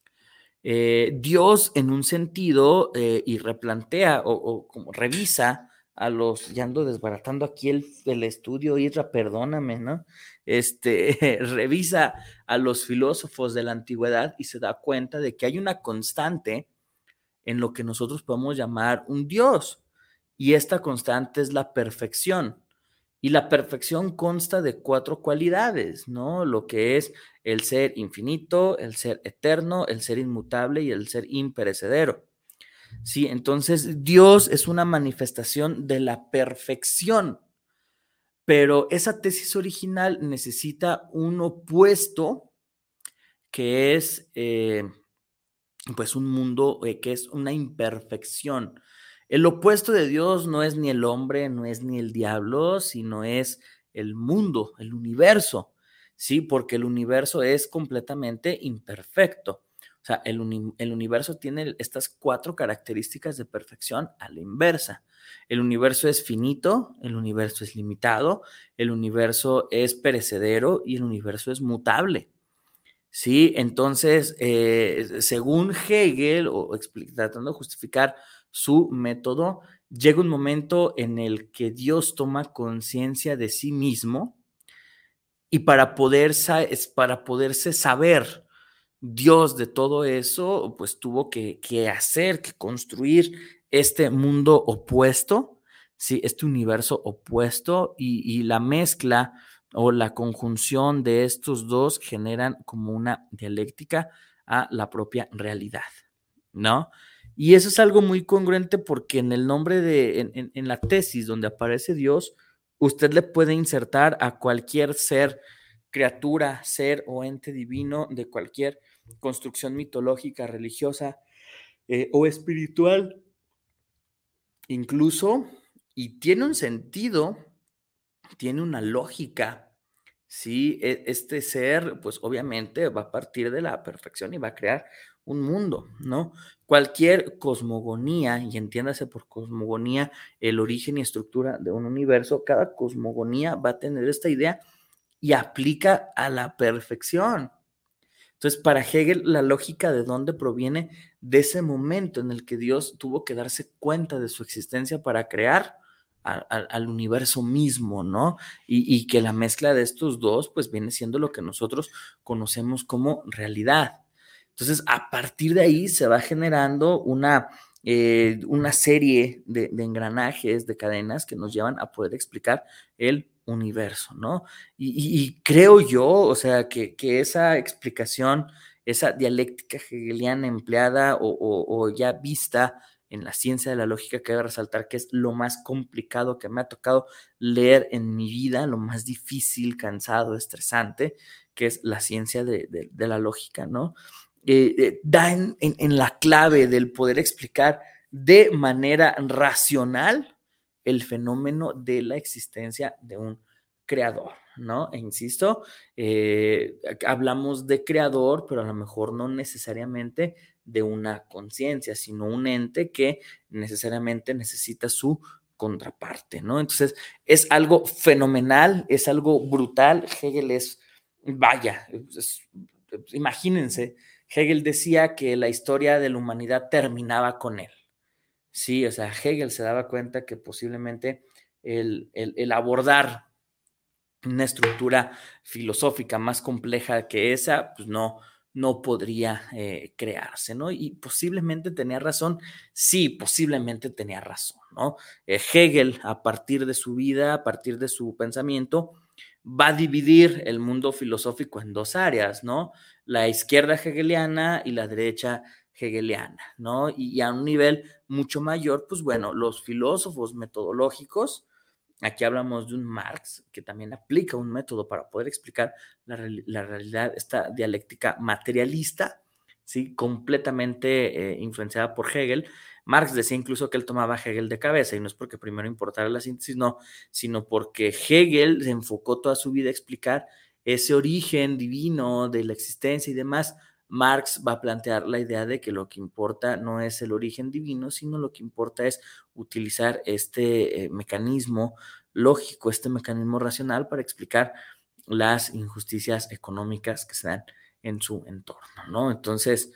Eh, Dios en un sentido eh, y replantea o, o como revisa a los, ya ando desbaratando aquí el, el estudio, Isra, perdóname, ¿no? Este, revisa a los filósofos de la antigüedad y se da cuenta de que hay una constante en lo que nosotros podemos llamar un Dios, y esta constante es la perfección. Y la perfección consta de cuatro cualidades, ¿no? Lo que es el ser infinito, el ser eterno, el ser inmutable y el ser imperecedero. Sí, entonces Dios es una manifestación de la perfección, pero esa tesis original necesita un opuesto que es eh, pues un mundo eh, que es una imperfección. El opuesto de Dios no es ni el hombre, no es ni el diablo, sino es el mundo, el universo, ¿sí? Porque el universo es completamente imperfecto. O sea, el, uni- el universo tiene estas cuatro características de perfección a la inversa. El universo es finito, el universo es limitado, el universo es perecedero y el universo es mutable. Sí, entonces, eh, según Hegel, o expli- tratando de justificar su método, llega un momento en el que Dios toma conciencia de sí mismo y para, poder sa- es para poderse saber Dios de todo eso, pues tuvo que, que hacer, que construir este mundo opuesto, ¿sí? Este universo opuesto y, y la mezcla o la conjunción de estos dos generan como una dialéctica a la propia realidad, ¿no? Y eso es algo muy congruente porque en el nombre de, en, en, en la tesis donde aparece Dios, usted le puede insertar a cualquier ser, criatura, ser o ente divino de cualquier construcción mitológica, religiosa eh, o espiritual, incluso, y tiene un sentido, tiene una lógica, ¿sí? E- Este ser, pues obviamente va a partir de la perfección y va a crear un mundo, ¿no? Cualquier cosmogonía, y entiéndase por cosmogonía el origen y estructura de un universo, cada cosmogonía va a tener esta idea y aplica a la perfección. Entonces, para Hegel, la lógica de dónde proviene de ese momento en el que Dios tuvo que darse cuenta de su existencia para crear a, a, al universo mismo, ¿no? Y, y que la mezcla de estos dos, pues viene siendo lo que nosotros conocemos como realidad. Entonces, a partir de ahí se va generando una, eh, una serie de, de engranajes, de cadenas que nos llevan a poder explicar el universo, ¿no? Y, y, y creo yo, o sea, que, que esa explicación, esa dialéctica hegeliana empleada o, o, o ya vista en la ciencia de la lógica, que debe resaltar que es lo más complicado que me ha tocado leer en mi vida, lo más difícil, cansado, estresante, que es la ciencia de, de, de la lógica, ¿no? Eh, eh, da en, en, en la clave del poder explicar de manera racional el fenómeno de la existencia de un creador, ¿no? E insisto, eh, hablamos de creador, pero a lo mejor no necesariamente de una conciencia, sino un ente que necesariamente necesita su contraparte, ¿no? Entonces, es algo fenomenal, es algo brutal. Hegel es, vaya, es, imagínense, Hegel decía que la historia de la humanidad terminaba con él. Sí, o sea, Hegel se daba cuenta que posiblemente el, el, el abordar una estructura filosófica más compleja que esa, pues no, no podría eh, crearse, ¿no? Y posiblemente tenía razón, sí, posiblemente tenía razón, ¿no? Eh, Hegel, a partir de su vida, a partir de su pensamiento, va a dividir el mundo filosófico en dos áreas, ¿no? La izquierda hegeliana y la derecha hegeliana, ¿no? Y, y a un nivel mucho mayor, pues bueno, los filósofos metodológicos. Aquí hablamos de un Marx que también aplica un método para poder explicar la, la realidad, esta dialéctica materialista, ¿sí? Completamente eh, influenciada por Hegel. Marx decía incluso que él tomaba a Hegel de cabeza, y no es porque primero importara la síntesis, no, sino porque Hegel se enfocó toda su vida a explicar ese origen divino de la existencia y demás. Marx va a plantear la idea de que lo que importa no es el origen divino, sino lo que importa es utilizar este eh, mecanismo lógico, este mecanismo racional para explicar las injusticias económicas que se dan en su entorno, ¿no? Entonces,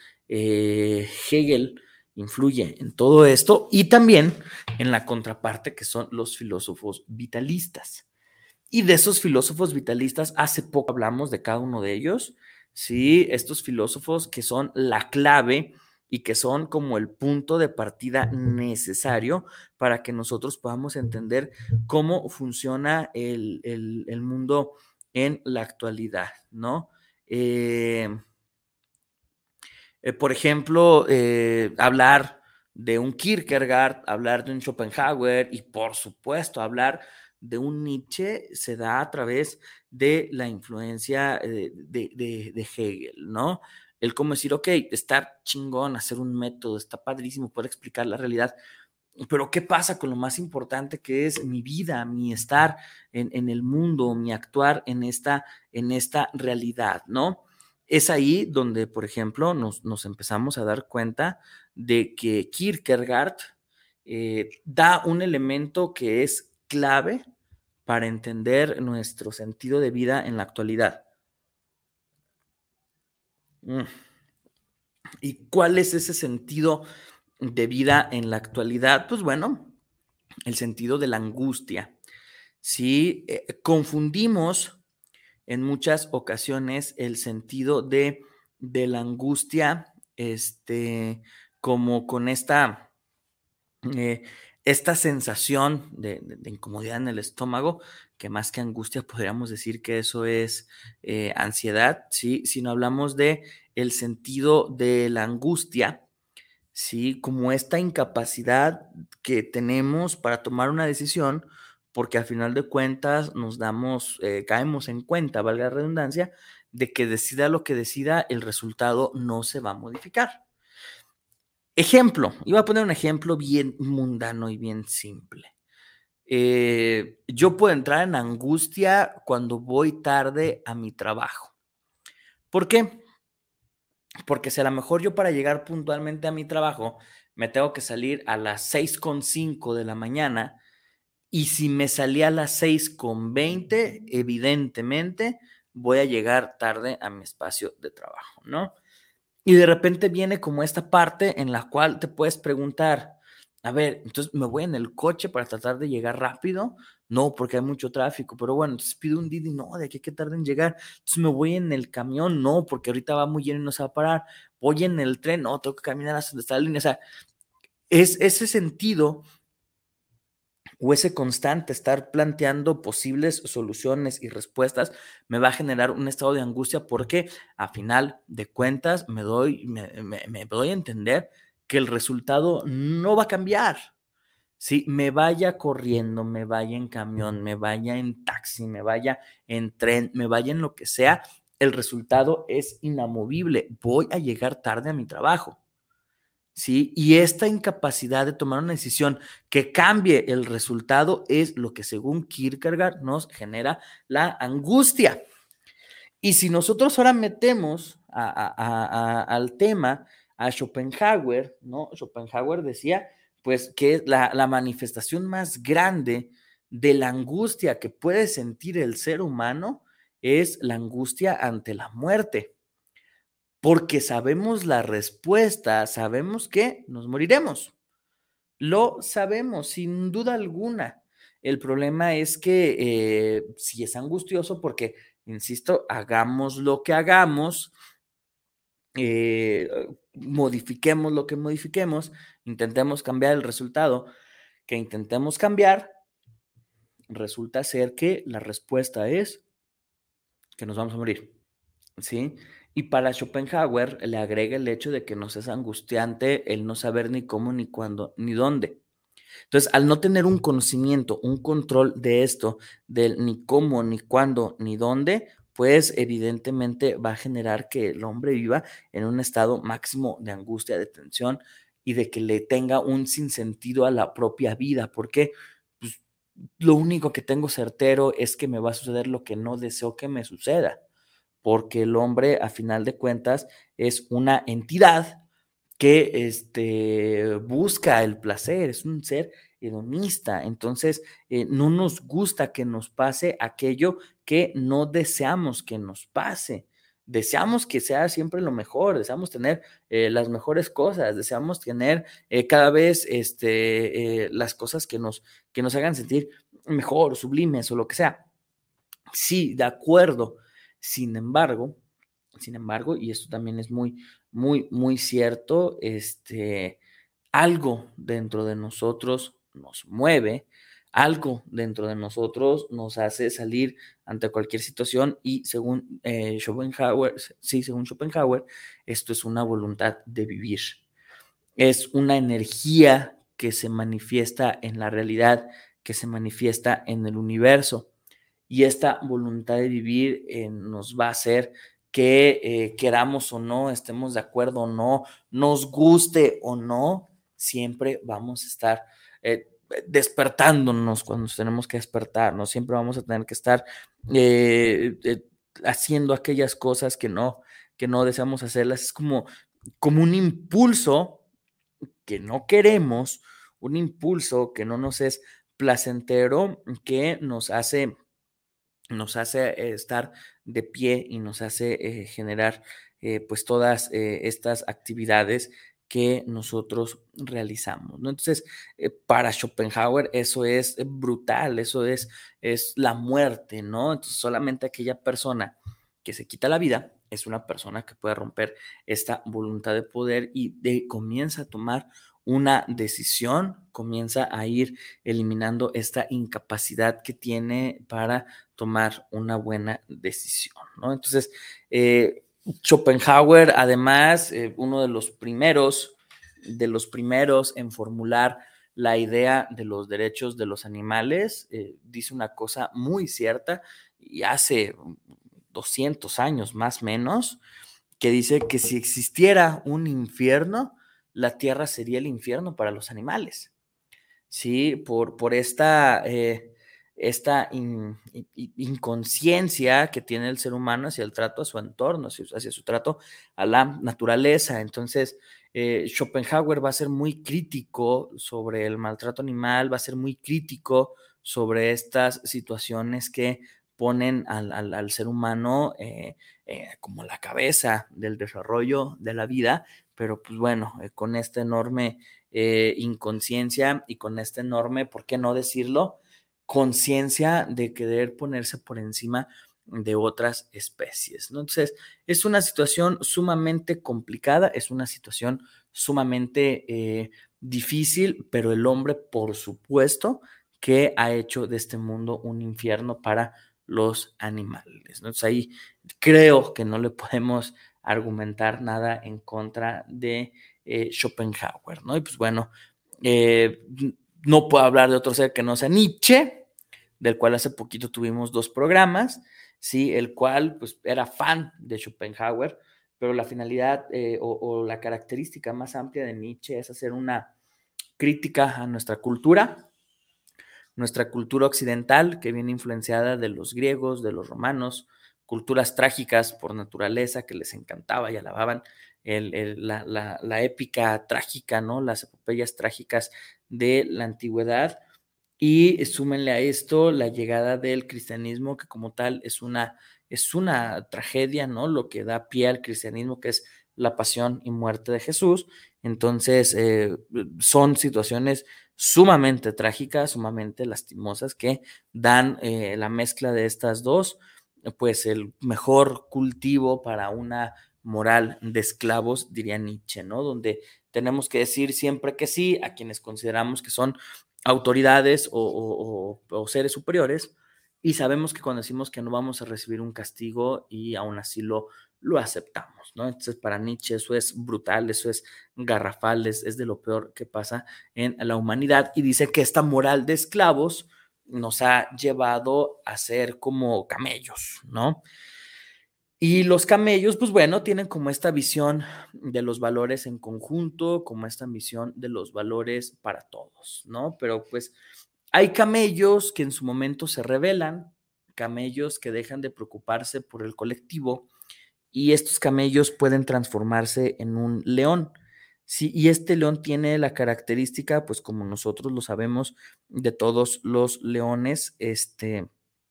eh, Hegel influye en todo esto y también en la contraparte que son los filósofos vitalistas. Y de esos filósofos vitalistas, hace poco hablamos de cada uno de ellos, ¿sí? Estos filósofos que son la clave y que son como el punto de partida necesario para que nosotros podamos entender cómo funciona el, el, el mundo en la actualidad, ¿no? Eh, eh, por ejemplo, eh, hablar de un Kierkegaard, hablar de un Schopenhauer y por supuesto hablar de un Nietzsche se da a través de la influencia de, de, de, de Hegel, ¿no? El cómo decir, ok, está chingón hacer un método, está padrísimo poder explicar la realidad, pero ¿qué pasa con lo más importante que es mi vida, mi estar en, en el mundo, mi actuar en esta, en esta realidad, ¿no? Es ahí donde, por ejemplo, nos, nos empezamos a dar cuenta de que Kierkegaard eh, da un elemento que es clave para entender nuestro sentido de vida en la actualidad. ¿Y cuál es ese sentido de vida en la actualidad? Pues bueno, el sentido de la angustia. Sí, eh, confundimos en muchas ocasiones el sentido de, de la angustia, este, como con esta, eh, esta sensación de, de, de incomodidad en el estómago, que más que angustia podríamos decir que eso es eh, ansiedad, ¿sí? Si no hablamos de el sentido de la angustia, ¿sí? Como esta incapacidad que tenemos para tomar una decisión, porque al final de cuentas nos damos, eh, caemos en cuenta, valga la redundancia, de que decida lo que decida, el resultado no se va a modificar. Ejemplo, iba a poner un ejemplo bien mundano y bien simple. Eh, yo puedo entrar en angustia cuando voy tarde a mi trabajo. ¿Por qué? Porque si a lo mejor yo para llegar puntualmente a mi trabajo me tengo que salir a las seis con cinco de la mañana y si me salí a las seis con veinte, evidentemente voy a llegar tarde a mi espacio de trabajo, ¿no? Y de repente viene como esta parte en la cual te puedes preguntar, a ver, entonces me voy en el coche para tratar de llegar rápido, no, porque hay mucho tráfico, pero bueno, entonces pido un Didi, no, de aquí a que tarde en llegar, entonces me voy en el camión, no, porque ahorita va muy lleno y no se va a parar, voy en el tren, no, tengo que caminar hasta donde está la línea, o sea, es ese sentido o ese constante estar planteando posibles soluciones y respuestas me va a generar un estado de angustia porque a final de cuentas me doy, me, me, me doy a entender que el resultado no va a cambiar. Si me vaya corriendo, me vaya en camión, me vaya en taxi, me vaya en tren, me vaya en lo que sea, el resultado es inamovible. Voy a llegar tarde a mi trabajo. ¿Sí? Y esta incapacidad de tomar una decisión que cambie el resultado es lo que según Kierkegaard nos genera la angustia. Y si nosotros ahora metemos a, a, a, al tema a Schopenhauer, ¿no? Schopenhauer decía pues que la, la manifestación más grande de la angustia que puede sentir el ser humano es la angustia ante la muerte. Porque sabemos la respuesta, sabemos que nos moriremos. Lo sabemos, sin duda alguna. El problema es que eh, sí es angustioso porque, insisto, hagamos lo que hagamos, eh, modifiquemos lo que modifiquemos, intentemos cambiar el resultado que intentemos cambiar, resulta ser que la respuesta es que nos vamos a morir, ¿sí? Y para Schopenhauer le agrega el hecho de que nos es angustiante el no saber ni cómo, ni cuándo, ni dónde. Entonces, al no tener un conocimiento, un control de esto, del ni cómo, ni cuándo, ni dónde, pues evidentemente va a generar que el hombre viva en un estado máximo de angustia, de tensión y de que le tenga un sinsentido a la propia vida. Porque pues, lo único que tengo certero es que me va a suceder lo que no deseo que me suceda. Porque el hombre, a final de cuentas, es una entidad que este, busca el placer, es un ser hedonista. Entonces, eh, no nos gusta que nos pase aquello que no deseamos que nos pase. Deseamos que sea siempre lo mejor, deseamos tener eh, las mejores cosas, deseamos tener eh, cada vez este, eh, las cosas que nos, que nos hagan sentir mejor, sublimes o lo que sea. Sí, de acuerdo. Sin embargo, sin embargo, y esto también es muy, muy, muy cierto, este, algo dentro de nosotros nos mueve, algo dentro de nosotros nos hace salir ante cualquier situación y según eh, Schopenhauer, sí, según Schopenhauer, esto es una voluntad de vivir. es una energía que se manifiesta en la realidad, que se manifiesta en el universo. Y esta voluntad de vivir eh, nos va a hacer que eh, queramos o no, estemos de acuerdo o no, nos guste o no, siempre vamos a estar eh, despertándonos cuando tenemos que despertarnos, siempre vamos a tener que estar eh, eh, haciendo aquellas cosas que no, que no deseamos hacerlas. Es como, como un impulso que no queremos, un impulso que no nos es placentero, que nos hace nos hace eh, estar de pie y nos hace eh, generar eh, pues todas eh, estas actividades que nosotros realizamos, ¿no? Entonces, eh, para Schopenhauer eso es brutal, eso es, es la muerte, ¿no? Entonces, solamente aquella persona que se quita la vida es una persona que puede romper esta voluntad de poder y de, comienza a tomar una decisión, comienza a ir eliminando esta incapacidad que tiene para tomar una buena decisión, ¿no? Entonces, eh, Schopenhauer, además, eh, uno de los primeros, de los primeros en formular la idea de los derechos de los animales, eh, dice una cosa muy cierta, y hace doscientos años más o menos, que dice que si existiera un infierno, la tierra sería el infierno para los animales, ¿sí? Por, por esta, eh, esta in, in, inconsciencia que tiene el ser humano hacia el trato a su entorno, hacia, hacia su trato a la naturaleza. Entonces, eh, Schopenhauer va a ser muy crítico sobre el maltrato animal, va a ser muy crítico sobre estas situaciones que ponen al, al, al ser humano eh, eh, como la cabeza del desarrollo de la vida, pero pues bueno, eh, con esta enorme eh, inconsciencia y con esta enorme, ¿por qué no decirlo?, conciencia de querer ponerse por encima de otras especies, ¿no? Entonces, es una situación sumamente complicada, es una situación sumamente eh, difícil, pero el hombre, por supuesto, que ha hecho de este mundo un infierno para los animales, ¿no? Entonces, ahí creo que no le podemos argumentar nada en contra de eh, Schopenhauer, ¿no? Y pues bueno, eh, no puedo hablar de otro ser que no sea Nietzsche, del cual hace poquito tuvimos dos programas, ¿sí? El cual pues era fan de Schopenhauer, pero la finalidad eh, o, o la característica más amplia de Nietzsche es hacer una crítica a nuestra cultura, nuestra cultura occidental, que viene influenciada de los griegos, de los romanos, culturas trágicas por naturaleza que les encantaba y alababan el, el, la, la, la épica trágica, ¿no? Las epopeyas trágicas de la antigüedad. Y súmenle a esto la llegada del cristianismo, que como tal es una, es una tragedia, ¿no? Lo que da pie al cristianismo, que es la pasión y muerte de Jesús. Entonces, eh, son situaciones sumamente trágicas, sumamente lastimosas, que dan eh, la mezcla de estas dos, pues el mejor cultivo para una moral de esclavos, diría Nietzsche, ¿no? Donde tenemos que decir siempre que sí a quienes consideramos que son autoridades o, o, o, o seres superiores, y sabemos que cuando decimos que no vamos a recibir un castigo y aún así lo, lo aceptamos, ¿no? Entonces, para Nietzsche eso es brutal, eso es garrafal, es, es de lo peor que pasa en la humanidad, y dice que esta moral de esclavos nos ha llevado a ser como camellos, ¿no? Y los camellos, pues bueno, tienen como esta visión de los valores en conjunto, como esta visión de los valores para todos, ¿no? Pero pues hay camellos que en su momento se rebelan, camellos que dejan de preocuparse por el colectivo, y estos camellos pueden transformarse en un león. Sí, y este león tiene la característica, pues como nosotros lo sabemos, de todos los leones, este,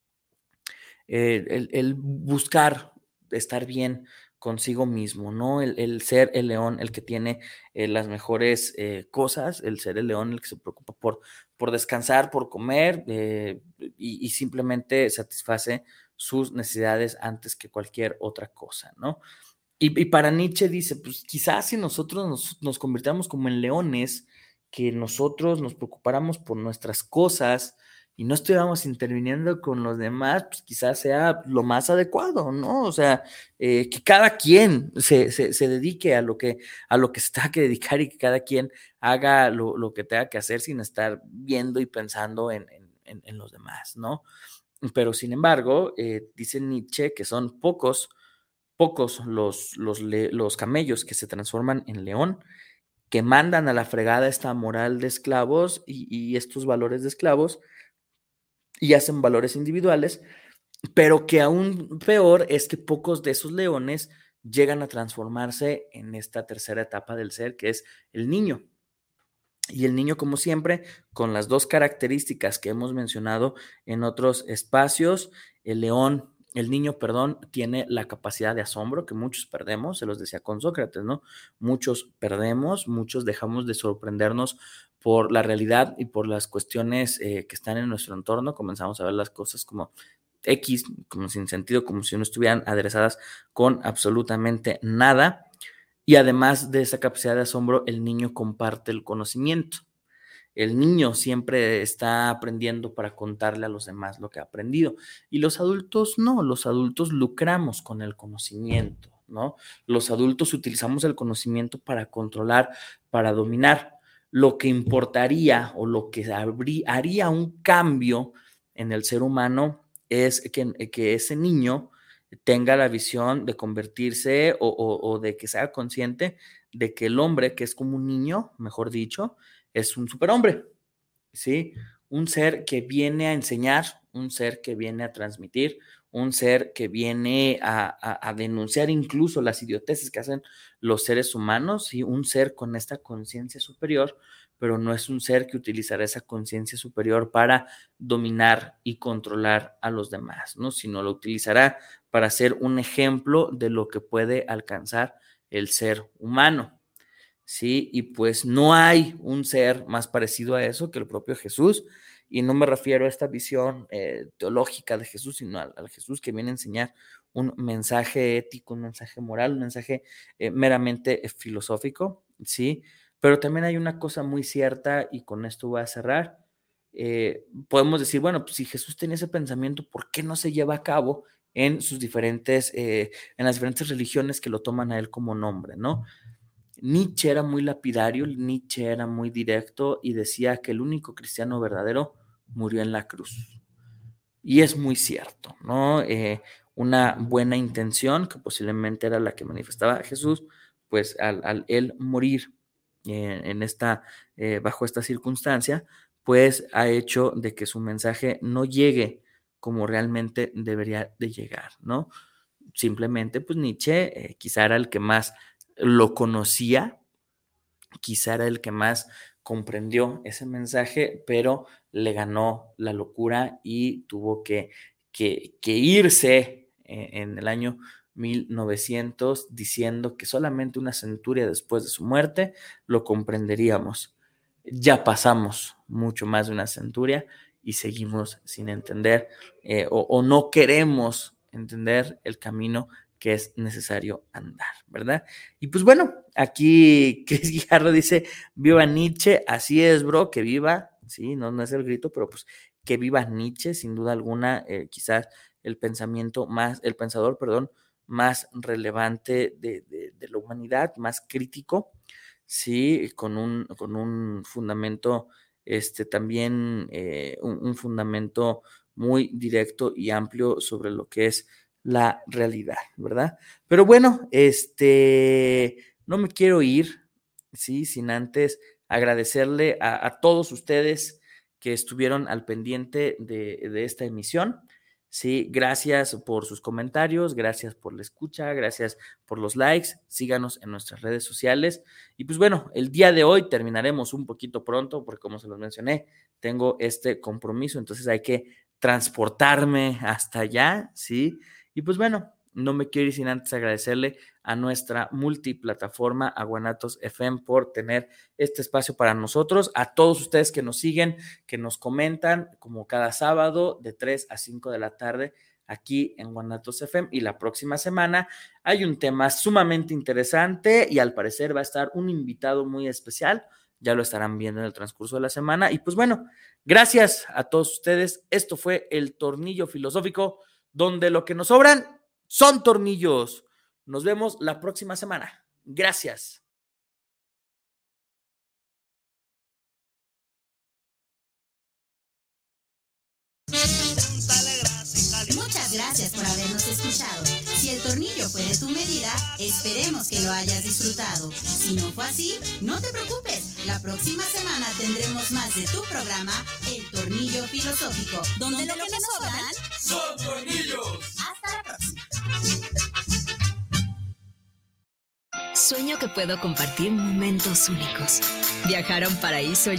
eh, el, el buscar estar bien consigo mismo, ¿no? El, el ser el león, el que tiene eh, las mejores eh, cosas, el ser el león, el que se preocupa por, por descansar, por comer eh, y, y simplemente satisface sus necesidades antes que cualquier otra cosa, ¿no? Y, y para Nietzsche dice, pues quizás si nosotros nos, nos convirtiéramos como en leones, que nosotros nos preocupáramos por nuestras cosas y no estuviéramos interviniendo con los demás, pues quizás sea lo más adecuado, ¿no? O sea, eh, que cada quien se, se, se dedique a lo que, a lo que se tenga que dedicar y que cada quien haga lo, lo que tenga que hacer sin estar viendo y pensando en, en, en, en los demás, ¿no? Pero sin embargo, eh, dice Nietzsche que son pocos, pocos los, los, los camellos que se transforman en león, que mandan a la fregada esta moral de esclavos y, y estos valores de esclavos y hacen valores individuales, pero que aún peor es que pocos de esos leones llegan a transformarse en esta tercera etapa del ser, que es el niño. Y el niño, como siempre, con las dos características que hemos mencionado en otros espacios, el león, el niño, perdón, tiene la capacidad de asombro que muchos perdemos, se los decía con Sócrates, ¿no? Muchos perdemos, muchos dejamos de sorprendernos por la realidad y por las cuestiones eh, que están en nuestro entorno, comenzamos a ver las cosas como X, como sin sentido, como si no estuvieran aderezadas con absolutamente nada. Y además de esa capacidad de asombro, el niño comparte el conocimiento. El niño siempre está aprendiendo para contarle a los demás lo que ha aprendido. Y los adultos no, los adultos lucramos con el conocimiento, ¿no? Los adultos utilizamos el conocimiento para controlar, para dominar. Lo que importaría o lo que habría, haría un cambio en el ser humano es que, que ese niño tenga la visión de convertirse o, o, o de que sea consciente de que el hombre, que es como un niño, mejor dicho, es un superhombre, ¿sí? Un ser que viene a enseñar, un ser que viene a transmitir, un ser que viene a, a, a denunciar incluso las idioteces que hacen los seres humanos, ¿sí? Un ser con esta conciencia superior, pero no es un ser que utilizará esa conciencia superior para dominar y controlar a los demás, ¿no? Sino lo utilizará para ser un ejemplo de lo que puede alcanzar el ser humano, ¿sí? Y pues no hay un ser más parecido a eso que el propio Jesús, y no me refiero a esta visión eh, teológica de Jesús, sino al, al Jesús que viene a enseñar un mensaje ético, un mensaje moral, un mensaje eh, meramente eh, filosófico, ¿sí? Pero también hay una cosa muy cierta, y con esto voy a cerrar. Eh, podemos decir, bueno, pues si Jesús tenía ese pensamiento, ¿por qué no se lleva a cabo en sus diferentes, eh, en las diferentes religiones que lo toman a él como nombre, ¿no? Nietzsche era muy lapidario, Nietzsche era muy directo y decía que el único cristiano verdadero murió en la cruz. Y es muy cierto, ¿no? Eh, una buena intención, que posiblemente era la que manifestaba Jesús, pues al, al él morir eh, en esta, eh, bajo esta circunstancia, pues ha hecho de que su mensaje no llegue como realmente debería de llegar, ¿no? Simplemente, pues Nietzsche eh, quizá era el que más lo conocía, quizá era el que más comprendió ese mensaje, pero le ganó la locura y tuvo que, que, que irse eh, en el año mil novecientos diciendo que solamente una centuria después de su muerte lo comprenderíamos. Ya pasamos mucho más de una centuria y seguimos sin entender eh, o, o no queremos entender el camino que es necesario andar, ¿verdad? Y pues bueno, aquí Chris Guijarro dice, viva Nietzsche, así es, bro, que viva, sí, no, no es el grito, pero pues que viva Nietzsche, sin duda alguna, eh, quizás el pensamiento más, el pensador, perdón, más relevante de, de, de la humanidad, más crítico, sí, con un, con un fundamento, este, también eh, un, un fundamento muy directo y amplio sobre lo que es la realidad, ¿verdad? Pero bueno, este, no me quiero ir, sí, sin antes agradecerle a, a todos ustedes que estuvieron al pendiente de, de esta emisión. Sí, gracias por sus comentarios, gracias por la escucha, gracias por los likes, síganos en nuestras redes sociales. Y pues bueno, el día de hoy terminaremos un poquito pronto, porque como se los mencioné, tengo este compromiso, entonces hay que transportarme hasta allá, ¿sí? Y pues bueno, no me quiero ir sin antes agradecerle a nuestra multiplataforma, a Guanatos F M, por tener este espacio para nosotros, a todos ustedes que nos siguen, que nos comentan, como cada sábado de tres a cinco de la tarde, aquí en Guanatos F M. Y la próxima semana hay un tema sumamente interesante y al parecer va a estar un invitado muy especial. ya lo estarán viendo en el transcurso de la semana. Y pues bueno, gracias a todos ustedes. Esto fue el Tornillo Filosófico, donde lo que nos sobran son tornillos. Nos vemos la próxima semana. Gracias. Muchas gracias por habernos escuchado. Si el tornillo fue de tu medida, esperemos que lo hayas disfrutado. Si no fue así, no te preocupes. La próxima semana tendremos más de tu programa, El Tornillo Filosófico, donde, donde lo que nos sobran son tornillos. Hasta la próxima. Sueño que puedo compartir momentos únicos. Viajar a un paraíso